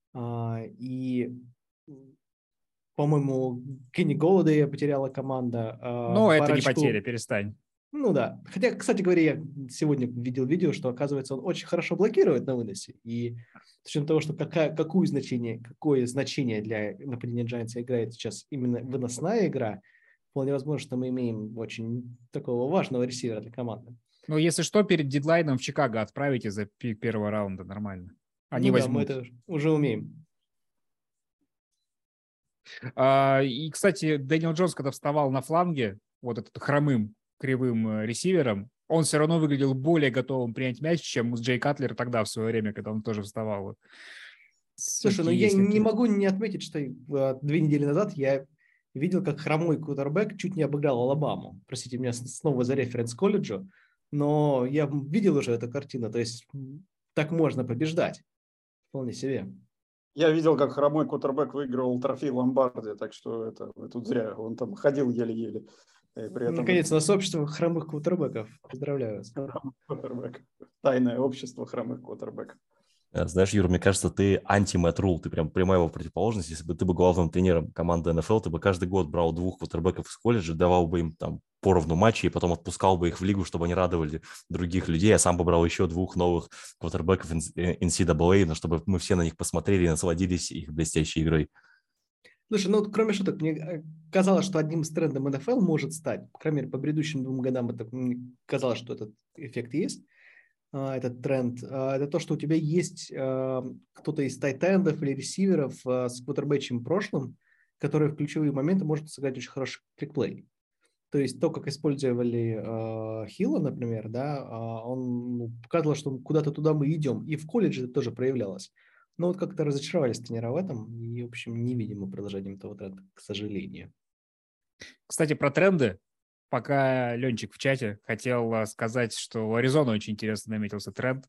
И, по-моему, Кенни Голладея потеряла команда. Но это не потеря, перестань. Ну да. Хотя, кстати говоря, я сегодня видел видео, что, оказывается, он очень хорошо блокирует на выносе. И с учетом того, что какое значение для нападения Giants играет сейчас именно выносная игра, вполне возможно, что мы имеем очень такого важного ресивера для команды. Ну, если что, перед дедлайном в Чикаго отправите за пик первого раунда, нормально. Они возьмут. Да, мы это уже умеем. И, кстати, Дэниел Джонс, когда вставал на фланге, вот этот хромым, кривым ресивером, он все равно выглядел более готовым принять мяч, чем Джей Катлер тогда в свое время, когда он тоже вставал. Слушай, я не могу не отметить, что 2 недели назад я видел, как хромой квотербек чуть не обыграл Алабаму. Простите меня снова за референс к колледжу, но я видел уже эту картину, то есть так можно побеждать. Вполне себе. Я видел, как хромой квотербек выигрывал трофей Ломбарди, так что вы тут зря. Он там ходил еле-еле. Наконец, у нас общество хромых квотербеков. Поздравляю вас. Тайное общество хромых квотербеков. Знаешь, Юра, мне кажется, ты анти-Мэтт Рул, ты прям прямая его противоположность. Если бы ты был главным тренером команды НФЛ, ты бы каждый год брал 2 квотербеков из колледжа, давал бы им там поровну матчи и потом отпускал бы их в лигу, чтобы они радовали других людей, а сам бы брал еще 2 новых квотербеков NCAA, чтобы мы все на них посмотрели и насладились их блестящей игрой. Слушай, ну, кроме шуток, мне казалось, что одним из трендов НФЛ может стать, по крайней мере, по предыдущим 2 годам мне казалось, что этот эффект есть, этот тренд. Это то, что у тебя есть кто-то из тайтендов или ресиверов с квотербэчьим прошлым, который в ключевые моменты может сыграть очень хороший трикплей. То есть то, как использовали Хилла, например, да, он показывал, что куда-то туда мы идем. И в колледже это тоже проявлялось. Но вот как-то разочаровались тренера в этом. И, в общем, не видим мы продолжением того тренда, к сожалению. Кстати, про тренды. Пока Ленчик в чате хотел сказать, что у Аризоны очень интересно наметился тренд.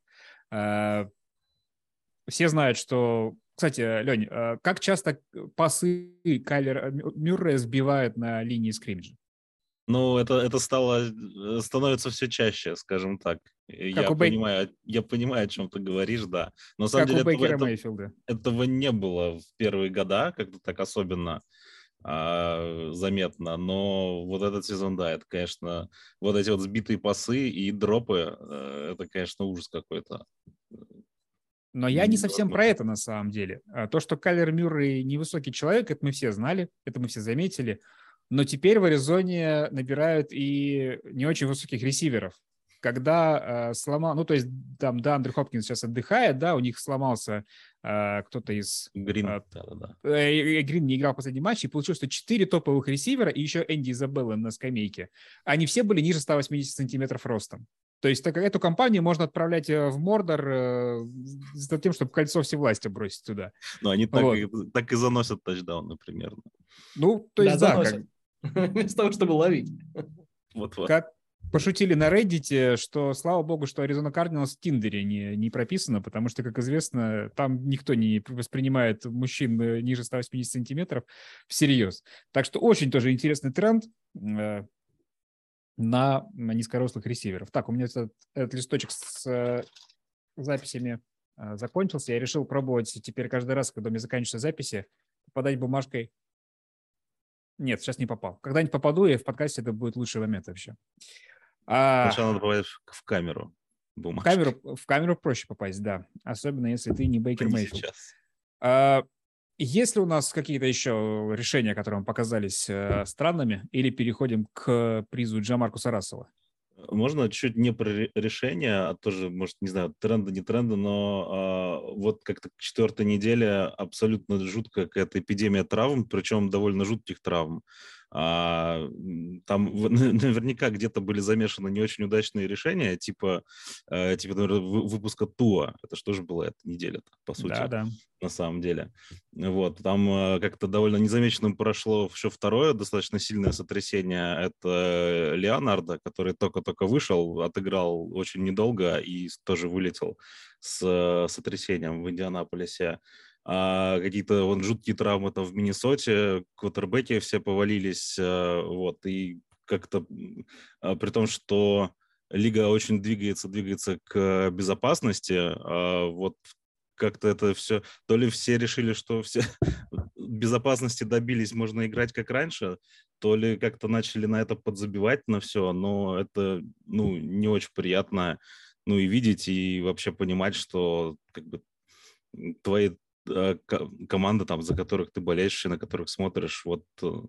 Все знают, что... Кстати, Лень, как часто пасы Кайлера Мюррея сбивают на линии скриммиджа? Ну, это становится все чаще, скажем так. Как Я понимаю, о чем ты говоришь, да. Но на самом как деле у Бейкера Мейфилда. этого не было в первые года, как-то так особенно заметно. Но вот этот сезон, да, это, конечно, вот эти вот сбитые пасы и дропы, это, конечно, ужас какой-то. Но я не совсем про это на самом деле. То, что Кайлер Мюррей невысокий человек, это мы все знали, это мы все заметили. Но теперь в Аризоне набирают и не очень высоких ресиверов. Когда ну, то есть там, да, Андрю Хопкинс сейчас отдыхает, да, у них сломался кто-то из... Грин, Грин не играл в последний матч, и получилось, что 4 топовых ресивера и еще Энди Изабелла на скамейке. Они все были ниже 180 сантиметров ростом. То есть эту компанию можно отправлять в Мордор за тем, чтобы кольцо всевластия бросить туда. Но они так и заносят тачдаун, например. Ну, то есть, да. Вместо того, чтобы ловить. Как пошутили на Reddit, что, слава богу, что Arizona Cardinals в Тиндере не прописано, потому что, как известно, там никто не воспринимает мужчин ниже 180 сантиметров всерьез. Так что очень тоже интересный тренд на низкорослых ресиверов. Так, у меня этот листочек с записями закончился. Я решил пробовать теперь каждый раз, когда у меня заканчиваются записи, попадать бумажкой. Нет, сейчас не попал. Когда-нибудь попаду, и в подкасте это будет лучший момент вообще. Сначала надо попасть в камеру бумажкой. В камеру проще попасть, да. Особенно, если ты не Бейкер Мейфилд. Есть ли у нас какие-то еще решения, которые вам показались странными, или переходим к призу Джамаркуса Рассела? Можно чуть не про решение, а тоже, может, не знаю, тренды, не тренды, но вот как-то к 4-й неделе абсолютно жуткая какая-то эпидемия травм, причем довольно жутких травм. Там наверняка где-то были замешаны не очень удачные решения, типа например, выпуска Туа. Это что же была эта неделя, по сути, да. На самом деле. Вот. Там как-то довольно незамеченным прошло еще второе достаточно сильное сотрясение. Это Леонардо, который только-только вышел, отыграл очень недолго и тоже вылетел с сотрясением в Индианаполисе. Какие-то жуткие травмы там в Миннесоте, квотербеки все повалились, вот, и как-то при том, что лига очень двигается к безопасности, вот как-то это все, то ли все решили, что все безопасности добились, можно играть как раньше, то ли как-то начали на это подзабивать на все, но это, не очень приятно, и видеть, и вообще понимать, что как бы твои команда, там, за которых ты болеешь и на которых смотришь, вот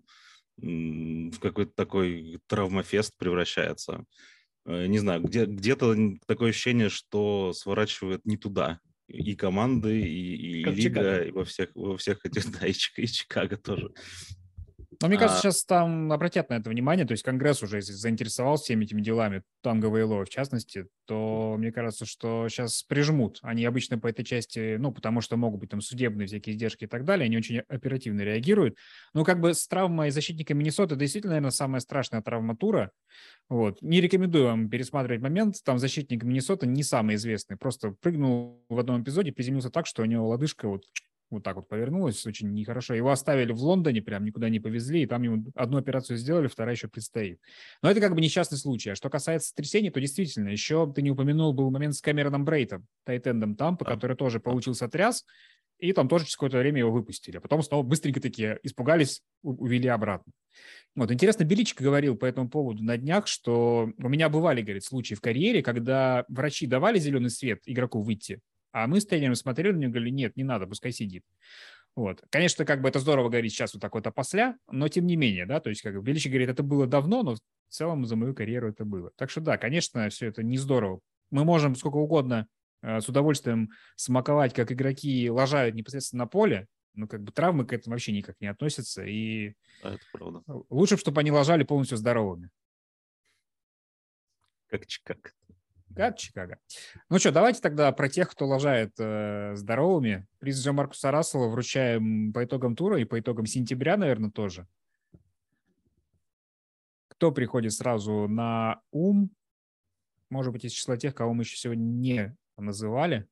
в какой-то такой травмофест превращается. Не знаю, где-то такое ощущение, что сворачивает не туда. И команды, и лига, и во всех этих, да, и Чикаго тоже. Но мне кажется, сейчас там обратят на это внимание, то есть Конгресс уже заинтересовался всеми этими делами, Танго Вейлоа в частности, то мне кажется, что сейчас прижмут. Они обычно по этой части, потому что могут быть там судебные всякие издержки и так далее, они очень оперативно реагируют. Но как бы с травмой защитника Миннесоты действительно, наверное, самая страшная травматура. Вот. Не рекомендую вам пересматривать момент, там защитник Миннесоты не самый известный, просто прыгнул в одном эпизоде, приземлился так, что у него лодыжка вот так вот повернулась, очень нехорошо. Его оставили в Лондоне, прям никуда не повезли, и там ему одну операцию сделали, вторая еще предстоит. Но это как бы несчастный случай. А что касается сотрясений, то действительно, еще ты не упомянул, был момент с Камероном Брейтом, тайтендом Тампы, который тоже получил сотряс, и там тоже через какое-то время его выпустили. А потом снова быстренько такие испугались, увели обратно. Вот, интересно, Беличко говорил по этому поводу на днях, что у меня бывали, говорит, случаи в карьере, когда врачи давали зеленый свет игроку выйти, а мы с тренером смотрели на него и говорили, нет, не надо, пускай сидит. Вот. Конечно, как бы это здорово говорить сейчас вот так вот опосля, но тем не менее, да, то есть как бы Беличи говорит, это было давно, но в целом за мою карьеру это было. Так что да, конечно, все это не здорово. Мы можем сколько угодно с удовольствием смаковать, как игроки лажают непосредственно на поле, но как бы травмы к этому вообще никак не относятся, и Да, это правда. лучше, чтобы они лажали полностью здоровыми. Как Чикаго. Как Чикаго. Ну что, давайте тогда про тех, кто лажает здоровыми. Приз Джамаркуса Рассела вручаем по итогам тура и по итогам сентября, наверное, тоже. Кто приходит сразу на ум? Может быть, из числа тех, кого мы еще сегодня не называли.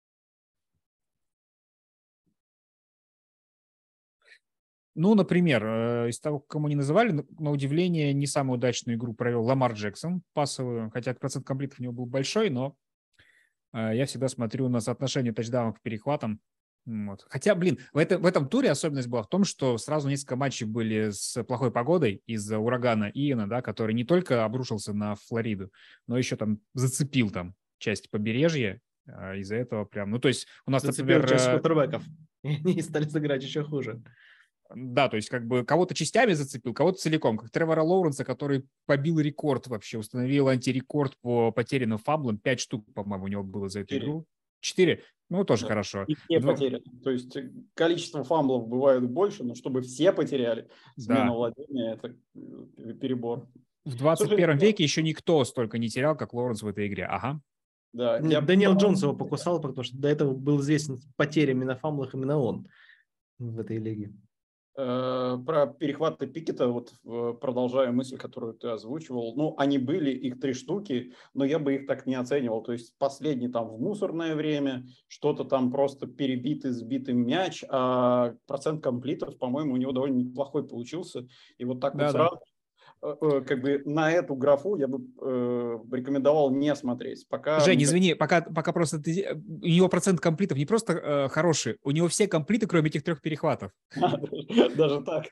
Ну, например, из того, кому не называли, на удивление, не самую удачную игру провел Ламар Джексон пассовую, хотя процент комплитов у него был большой, но я всегда смотрю на соотношение тачдаунов к перехватам. Вот. Хотя, блин, в этом туре особенность была в том, что сразу несколько матчей были с плохой погодой из-за урагана Иена, да, который не только обрушился на Флориду, но еще там зацепил там часть побережья. Из-за этого прям... Ну, то есть у нас, Зацепил например... часть квотербеков. И они стали сыграть еще хуже. Да, то есть как бы кого-то частями зацепил, кого-то целиком, как Тревора Лоуренса, который побил рекорд вообще, установил антирекорд по потерянным фамблам. 5 штук, по-моему, у него было за эту игру. 4? Ну, тоже хорошо. И все потеряли. То есть количество фамблов бывает больше, но чтобы все потеряли, смена владения – это перебор. В 21 веке еще никто столько не терял, как Лоуренс в этой игре. Ага. Да, Дэниел Джонс его покусал, потому что до этого был известен потерями на фамблах именно он в этой лиге. Про перехваты Пикета, вот продолжая мысль, которую ты озвучивал, ну, они были, их 3 штуки, но я бы их так не оценивал, то есть последний там в мусорное время, что-то там просто перебитый, сбитый мяч, а процент комплитов, по-моему, у него довольно неплохой получился, и вот так вот сразу, как бы на эту графу я бы рекомендовал не смотреть. Пока, Жень, извини, пока просто у него процент комплитов не просто хороший, у него все комплиты, кроме этих 3 перехватов. Даже так.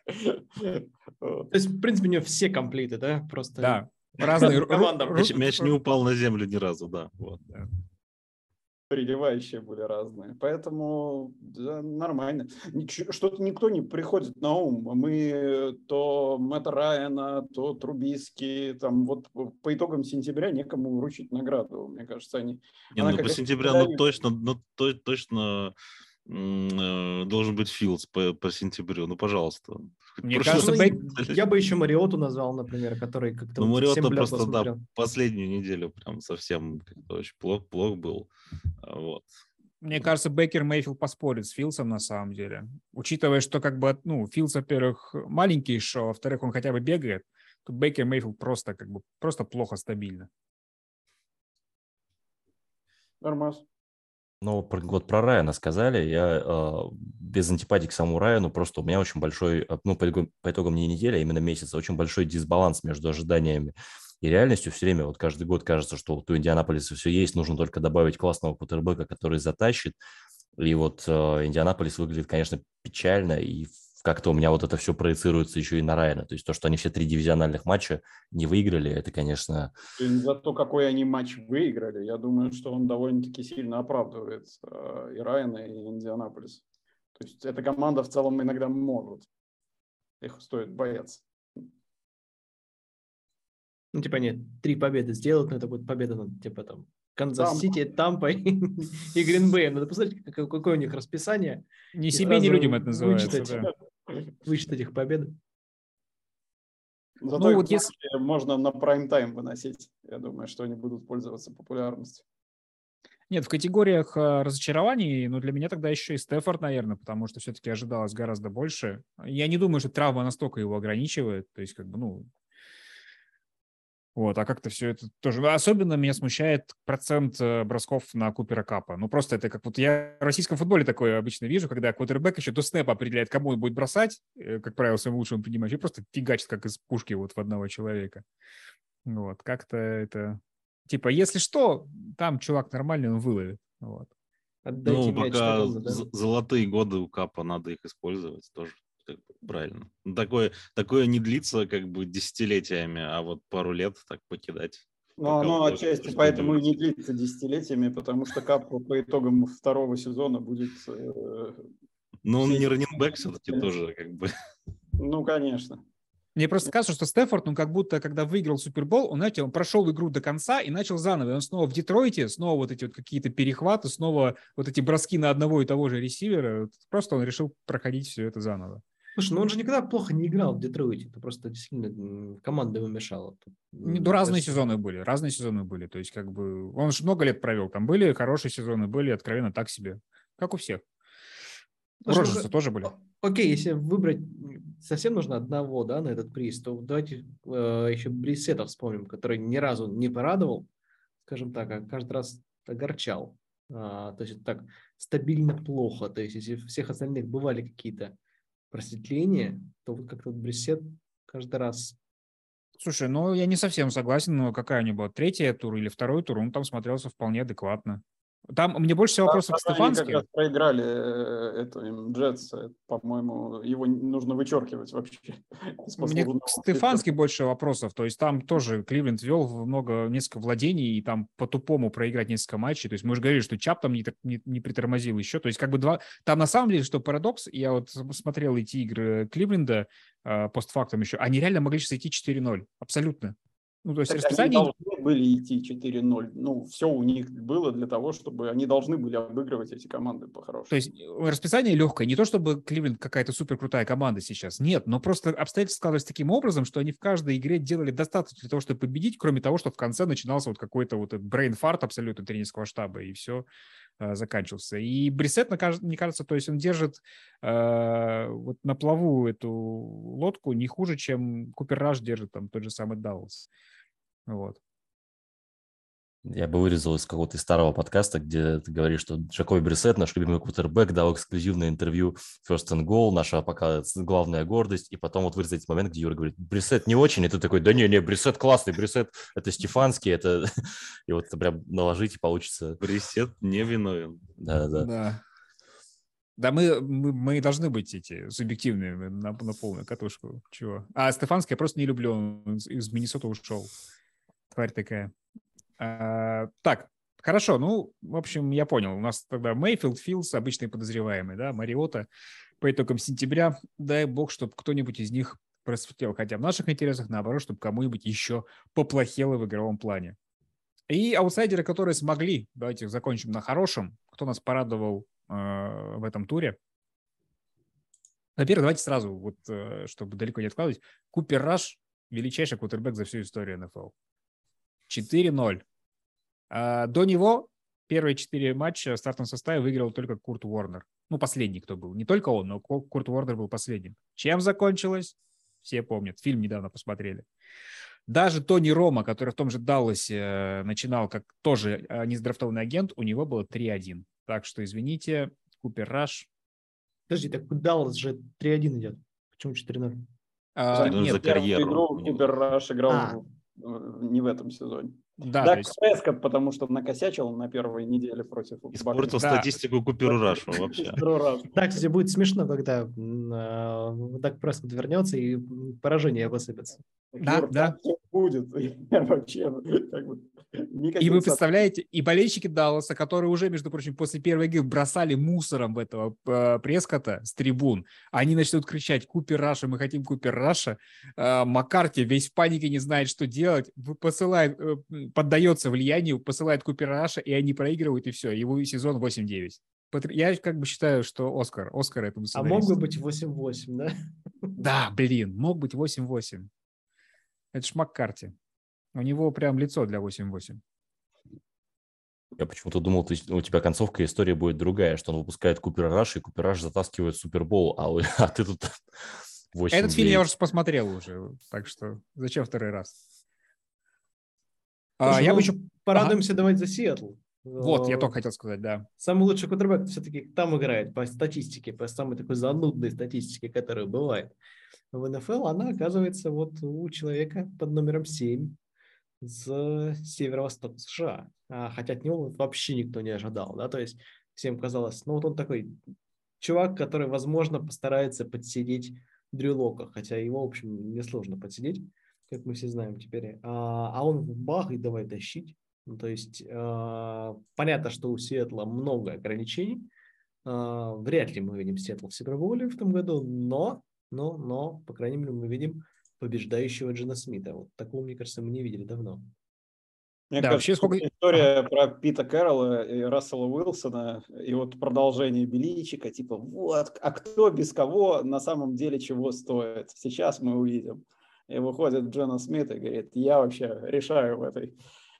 То есть, в принципе, у него все комплиты, да? Просто да. Разные мяч не упал на землю ни разу, да. Вот. Приливающие были разные. Поэтому да, нормально. Что-то никто не приходит на ум. Мы то Мэтта Райана, то Трубиски. Там вот по итогам сентября некому вручить награду. Мне кажется, они... по сентября, точно должен быть Филдс по сентябрю. Ну, пожалуйста. Мне кажется, я бы еще Мариоту назвал, например, который как-то... Ну, Мариота просто, да, последнюю неделю прям совсем очень плох был. Вот. Мне кажется, Бейкер Мейфилд поспорит с Филдсом на самом деле. Учитывая, что как бы, ну, Филдс, во-первых, маленький шоу, а во-вторых, он хотя бы бегает, то Бейкер Мейфилд просто плохо стабильно. Нормально. Ну, вот про Райана сказали, я без антипатии к самому Райану, просто у меня очень большой, ну, по итогам не недели, а именно месяца, очень большой дисбаланс между ожиданиями и реальностью. Все время, вот каждый год кажется, что вот у Индианаполиса все есть, нужно только добавить классного квотербека, который затащит. И вот Индианаполис выглядит, конечно, печально, и как-то у меня вот это все проецируется еще и на Райана. То есть то, что они все 3 дивизиональных матча не выиграли, это, конечно... За то, какой они матч выиграли, я думаю, что он довольно-таки сильно оправдывает и Райана, и Индианаполис. То есть эта команда в целом иногда может. Их стоит бояться. Ну, типа, нет, 3 победы сделают, но это будет победа над, типа, там, Канзас-Сити, Тампой и Грин-Бэем. Надо посмотреть, какое у них расписание. Не себе, не людям это называется. Вычитать их победы. Зато вот если можно на прайм-тайм выносить. Я думаю, что они будут пользоваться популярностью. Нет, в категориях разочарований, но для меня тогда еще и Стефорд, наверное, потому что все-таки ожидалось гораздо больше. Я не думаю, что травма настолько его ограничивает. То есть, как бы, ну... Вот, а как-то все это тоже... Особенно меня смущает процент бросков на Купера Капа. Ну, просто это как вот я в российском футболе такое обычно вижу, когда квотербек еще до снэпа определяет, кому он будет бросать, как правило, своим лучшим принимающим, и просто фигачит, как из пушки вот в одного человека. Вот, как-то это... Типа, если что, там чувак нормальный, он выловит. Вот. Отдайте ну, мяч пока такому, да? золотые годы у Капа, надо их использовать тоже. Правильно. Такое не длится как бы десятилетиями, а вот пару лет так покидать. Ну, оно отчасти поэтому и не длится десятилетиями, потому что Кап по итогам 2-го сезона будет Но он Все не эти- раннинбэк все-таки тоже, как бы. Ну, конечно. Мне просто кажется, что Стефорд, ну, как будто, когда выиграл Супербол, он, знаете, он прошел игру до конца и начал заново. И он снова в Детройте, снова вот эти вот какие-то перехваты, снова вот эти броски на одного и того же ресивера. Вот просто он решил проходить все это заново. Слушай, ну он же никогда плохо не играл в Детройте. Это просто действительно команда ему мешала. Тут, Ну, разные кажется, сезоны были, разные сезоны были. То есть, как бы, он же много лет провел. Там были хорошие сезоны, были откровенно так себе. Как у всех. У Слушай, Роджерса тоже были. Окей, если выбрать совсем нужно одного, да, на этот приз, то давайте еще Брисета вспомним, который ни разу не порадовал, скажем так, а каждый раз огорчал. То есть это так стабильно плохо. То есть если у всех остальных бывали какие-то просветления, то вот как-то Брисет каждый раз. Слушай, ну, я не совсем согласен, но какая у него была, третья тур или второй тур, он там смотрелся вполне адекватно. Там мне больше всего вопросов к Они как Стефански. раз проиграли эту Джетс. По-моему, его нужно вычеркивать вообще из Мне послужного к Стефански списка. больше вопросов. То есть там тоже Кливленд вел несколько владений, и там по-тупому проиграть несколько матчей. То есть мы уже говорили, что Чап там не притормозил еще. То есть как бы Там на самом деле, что парадокс, я вот смотрел эти игры Кливленда постфактум еще, они реально могли сейчас идти 4-0. Абсолютно. Ну, то есть Так они расписание... должны были идти 4-0. Ну, все у них было для того, чтобы они должны были обыгрывать эти команды То по-хорошему. есть расписание легкое. Не то, чтобы Кливленд какая-то супер крутая команда сейчас. Нет, но просто обстоятельства складывались таким образом, что они в каждой игре делали достаточно для того, чтобы победить, кроме того, что в конце начинался вот какой-то вот брейн-фарт абсолютно тренерского штаба, и все заканчивался. И Брисет, мне кажется, то есть он держит вот на плаву эту лодку не хуже, чем Купер Раш держит там тот же самый Даллас. Вот. Я бы вырезал из какого-то старого подкаста, где ты говоришь, что Джакоби Брисет, наш любимый квотербек, дал эксклюзивное интервью First and Goal, наша пока главная гордость, и потом вот вырезать момент, где Юра говорит, Брисет не очень, и ты такой, да не, Брисет классный, Брисет это Стефанский, это... И вот это прям наложить, и получится... Брисет не виновен. Да-да. Да. Да, мы должны быть субъективными на полную катушку. Чего? А Стефанский я просто не люблю. Он из Миннесоты ушел. Тварь такая. Так, хорошо. Ну, в общем, я понял. У нас тогда Мейфилд, Филдс, обычные подозреваемые, да, Мариота. По итогам сентября, дай бог, чтобы кто-нибудь из них просветлел. Хотя в наших интересах, наоборот, чтобы кому-нибудь еще поплохело в игровом плане. И аутсайдеры, которые смогли, давайте закончим на хорошем. Кто нас порадовал в этом туре? Во-первых, давайте сразу, вот, чтобы далеко не откладывать. Купер Раш – величайший квотербек за всю историю НФЛ. 4-0. До него первые 4 матча в стартовом составе выиграл только Курт Уорнер. Ну, последний, кто был. Не только он, но Курт Уорнер был последним. Чем закончилось? Все помнят. Фильм недавно посмотрели. Даже Тони Рома, который в том же Далласе начинал как тоже незадрафтованный агент, у него было 3-1. Так что, извините, Купер Раш. Подожди, так Даллас же 3-1 идет. Почему 4-0? Нет, за карьеру. Игру Купер Раш А. играл не в этом сезоне. да, Да, то есть, Прескотт, потому что накосячил на первой неделе против Испортил Да. статистику Куперу Рашу вообще. Так, кстати, будет смешно, когда Даг Прескотт вернется и поражение посыпется. Да, да. Будет. Я вообще как бы никаких И вы сомнений. представляете, и болельщики Далласа, которые уже, между прочим, после первой игры бросали мусором в этого Прескотта с трибун, они начнут кричать «Купер Раша, мы хотим Купер Раша». Маккарти весь в панике, не знает, что делать, посылает, поддается влиянию, посылает Купер Раша, и они проигрывают, и все, его сезон 8-9. Я как бы считаю, что Оскар этому А мог сценаристу. бы быть 8-8, да? Да, блин, мог быть 8-8. Это ж Маккарти. У него прям лицо для 8-8. Я почему-то думал, у тебя концовка истории будет другая, что он выпускает Купера Раш, и Купер Раш затаскивает Супербол, а ты тут 8-9. Этот фильм я уже посмотрел уже, так что зачем второй раз? Слушай, Я ну, бы еще... порадуемся давайте за Сиэтл. Вот, я только хотел сказать, да. Самый лучший квотербек все-таки там играет по статистике, по самой такой занудной статистике, которая бывает в НФЛ. Она оказывается вот у человека под номером 7 с северо-востока США. Хотя от него вообще никто не ожидал. Да? То есть всем казалось, ну вот он такой чувак, который, возможно, постарается подсидеть Дрю Лока. Хотя его, в общем, несложно подсидеть, как мы все знаем теперь. А он бах и давай тащить. Ну, то есть понятно, что у Сиэтла много ограничений, Вряд ли мы увидим Сиэтл в Супербоуле в том году, но, по крайней мере, мы видим побеждающего Джина Смита. Вот такого, мне кажется, мы не видели давно. Мне Да, вообще кажется, сколько... история про Пита Кэрролла и Рассела Уилсона, и вот продолжение Беличика, типа, вот, а кто без кого на самом деле чего стоит? Сейчас мы увидим. И выходит Джина Смит и говорит, я вообще решаю в этой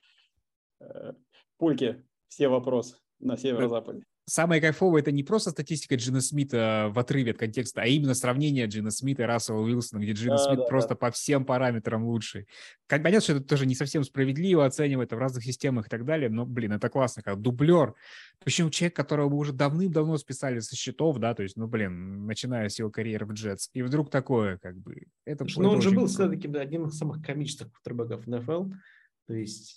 пульке все вопросы на северо-западе. Самое кайфовое — это не просто статистика Джина Смита в отрыве от контекста, а именно сравнение Джина Смита и Рассела Уилсона, где Джина Смит просто по всем параметрам лучший. Понятно, что это тоже не совсем справедливо оценивать в разных системах и так далее, но, блин, это классно, как дублер. Причем человек, которого мы уже давным-давно списали со счетов, да, то есть, ну, блин, начиная с его карьеры в Джетс. И вдруг такое, как бы... Слушай, ну он же был все-таки одним из самых комичных квотербеков в НФЛ. То есть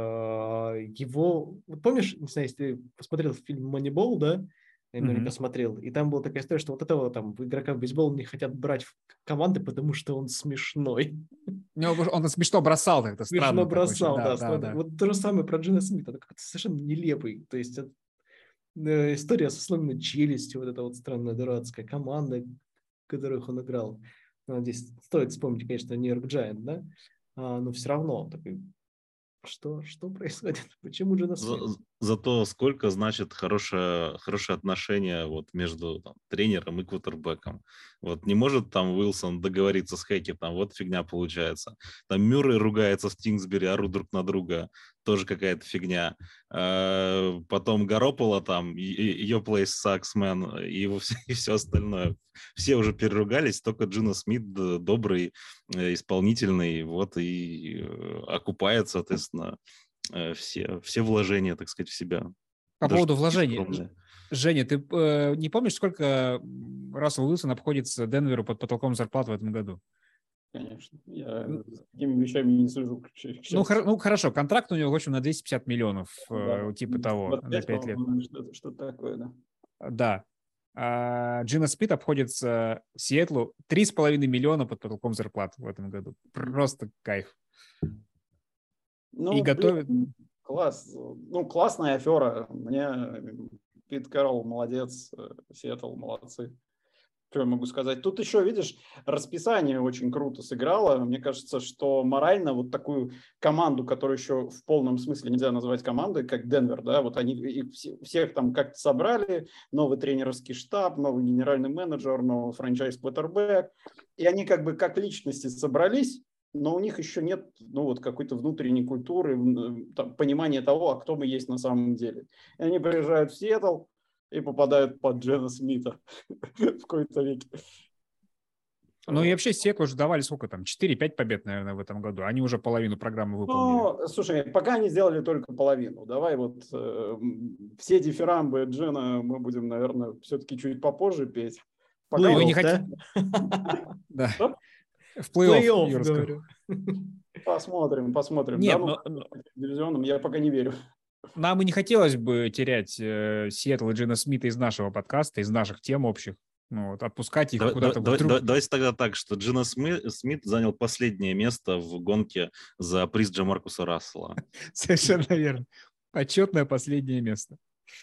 его... Вот помнишь, не знаю, если ты посмотрел фильм «Манибол», да? Я наверняка смотрел. И там была такая история, что вот этого там игрока в бейсбол не хотят брать в команды, потому что он смешной. Он смешно бросал как-то, странно. Смешно бросал, да. Вот то же самое про Джина Смита. Он как-то совершенно нелепый. То есть история со сломанной челюстью, вот эта вот странная дурацкая команда, в которых он играл. Здесь стоит вспомнить, конечно, Нью-Йорк Джайант, да? Но все равно такой... Что происходит? Почему Джина Смит? Зато сколько значит хорошее отношение вот между тренером и квотербеком. Вот не может там Уилсон договориться с Хэкки, там вот фигня получается. Там Мюррей ругается с Кингсбери, орут друг на друга, тоже какая-то фигня. Потом Гарополо там, ее place sucks, man, и все остальное. Все уже переругались, только Джина Смит добрый, исполнительный, вот и окупает, соответственно, все вложения, так сказать, в себя. По даже поводу вложений. скромные. Женя, ты не помнишь, сколько Рассел Уилсон обходится Денверу под потолком зарплат в этом году? Конечно. Я с такими вещами не слежу. Ну, хорошо, контракт у него, в общем, на 250 миллионов, Да. типа того, 25, на 5 лет. Что-то такое, да. Да. Джина Смит обходится Сиэтлу 3,5 миллиона под потолком зарплат в этом году. Просто кайф. Ну, И готовит... Класс. Ну, классная афера. Мне Пит Кэрролл молодец, Сиэтл молодцы. Что я могу сказать? Тут еще, видишь, расписание очень круто сыграло. Мне кажется, что морально вот такую команду, которую еще в полном смысле нельзя назвать командой, как Денвер, да, вот они их всех там как-то собрали, новый тренерский штаб, новый генеральный менеджер, новый франчайз-квотербэк, и они как бы как личности собрались, но у них еще нет, ну, вот какой-то внутренней культуры, там, понимания того, а кто мы есть на самом деле. И они приезжают в Сиэтл и попадают под Джина Смита в какой-то веке. Ну и вообще Сиэтлу уже давали сколько там? 4-5 побед, наверное, в этом году. Они уже половину программы выполнили. Ну, слушай, пока они сделали только половину. Давай вот все дифирамбы Джина мы будем, наверное, все-таки чуть попозже петь. Пока вы не хотите... Да. В плей-офф, говорю. Посмотрим. Нет, да, дивизионом я пока не верю. Нам и не хотелось бы терять Сиэтл и Джина Смита из нашего подкаста, из наших тем общих. Ну, вот, отпускать их куда-то вдруг. Давайте тогда так, что Джина Смит занял последнее место в гонке за приз Джамаркуса Рассела. Совершенно верно. Почетное последнее место.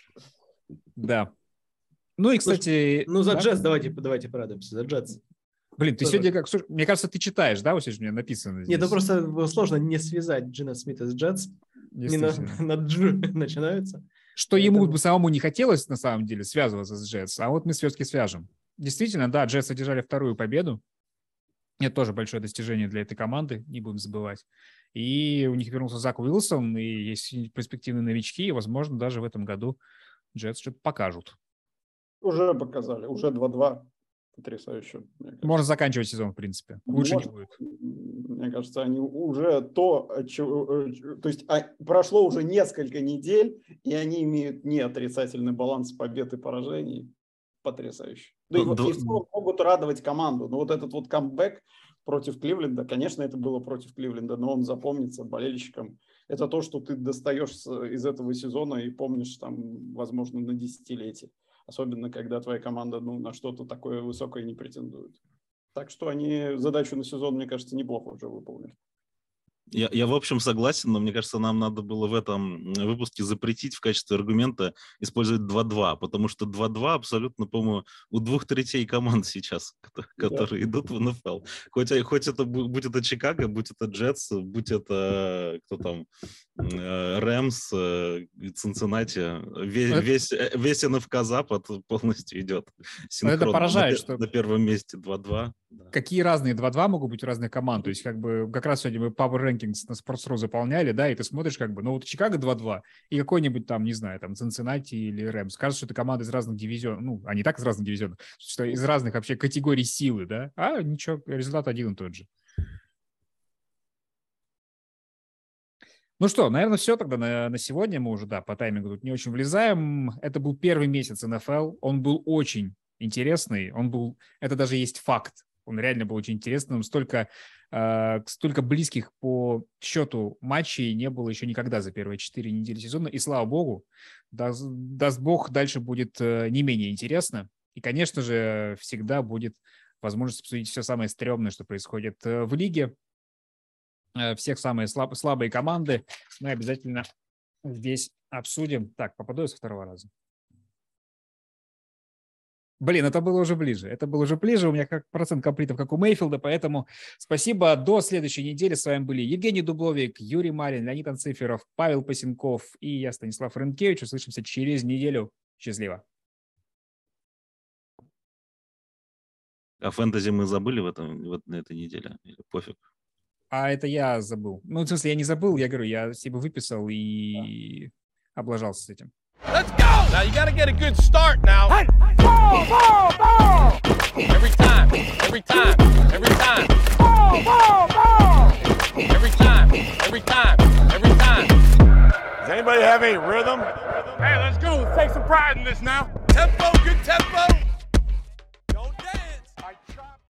Да. Ну и, кстати... Ну, за Джетс давайте порадуемся. За Джетс. Блин, ты сегодня как... Мне кажется, ты читаешь, да? Вот сегодня у меня написано здесь. Нет, ну просто сложно не связать Джина Смита с Джетс. Не на Дж начинаются. Что ему бы самому не хотелось, на самом деле, связываться с Джетс, а вот мы все-таки свяжем. Действительно, да, Джетс одержали вторую победу. Это тоже большое достижение для этой команды, не будем забывать. И у них вернулся Зак Уилсон, и есть перспективные новички, и, возможно, даже в этом году Джетс что-то покажут. Уже показали, уже 2-2. Потрясающе. Можно заканчивать сезон, в принципе. Лучше не будет. Мне кажется, они уже то есть прошло уже несколько недель, и они имеют не отрицательный баланс побед и поражений. Потрясающе. Да и могут радовать команду. Но вот этот вот камбэк против Кливленда, конечно, это было против Кливленда, но он запомнится болельщикам. Это то, что ты достаешь из этого сезона и помнишь там, возможно, на десятилетие. Особенно, когда твоя команда на что-то такое высокое не претендует. Так что они задачу на сезон, мне кажется, неплохо уже выполнили. Я, в общем, согласен, но мне кажется, нам надо было в этом выпуске запретить в качестве аргумента использовать 2-2, потому что 2-2 абсолютно, по-моему, у 2/3 команд сейчас, которые идут в НФЛ. Хоть это будь это Чикаго, будь это Джетс, будь это кто там, Рэмс, Цинциннати, весь НФК Запад полностью идет синхронно. Это поражает, что на первом месте 2-2. Какие разные 2-2 могут быть у разных команд. То есть как раз сегодня мы Power Rankings на Sports.ru заполняли, да, и ты смотришь вот Чикаго 2-2 и какой-нибудь там, не знаю, там Цинциннати или Рэмс. Кажется, что это команды из разных дивизионов, они так из разных дивизионов, что из разных вообще категорий силы, да, а ничего, результат один и тот же. Ну что, наверное, все тогда на сегодня. Мы уже, по таймингу тут не очень влезаем. Это был первый месяц НФЛ. Он был очень интересный. Это даже есть факт. Он реально был очень интересным. Столько близких по счету матчей не было еще никогда за первые 4 недели сезона. И слава богу, даст бог, дальше будет не менее интересно. И, конечно же, всегда будет возможность обсудить все самое стрёмное, что происходит в лиге. Всех самые слабые команды мы обязательно здесь обсудим. Так, попаду я со второго раза. Блин, это было уже ближе. У меня как процент комплитов, как у Мейфилда, поэтому спасибо. До следующей недели. С вами были Евгений Дубловик, Юрий Марин, Леонид Анциферов, Павел Пасенков и я, Станислав Рынкевич. Услышимся через неделю. Счастливо. А фэнтези мы забыли на этой неделе? Или пофиг? А это я забыл. Ну, в смысле, я не забыл, я говорю, я себе выписал и облажался с этим. Let's go! Now you gotta get a good start now. Hey, ball, ball, ball! Every time. Ball, ball, ball! Every time. Does anybody have any rhythm? Hey, let's go. Let's take some pride in this now. Tempo, good tempo.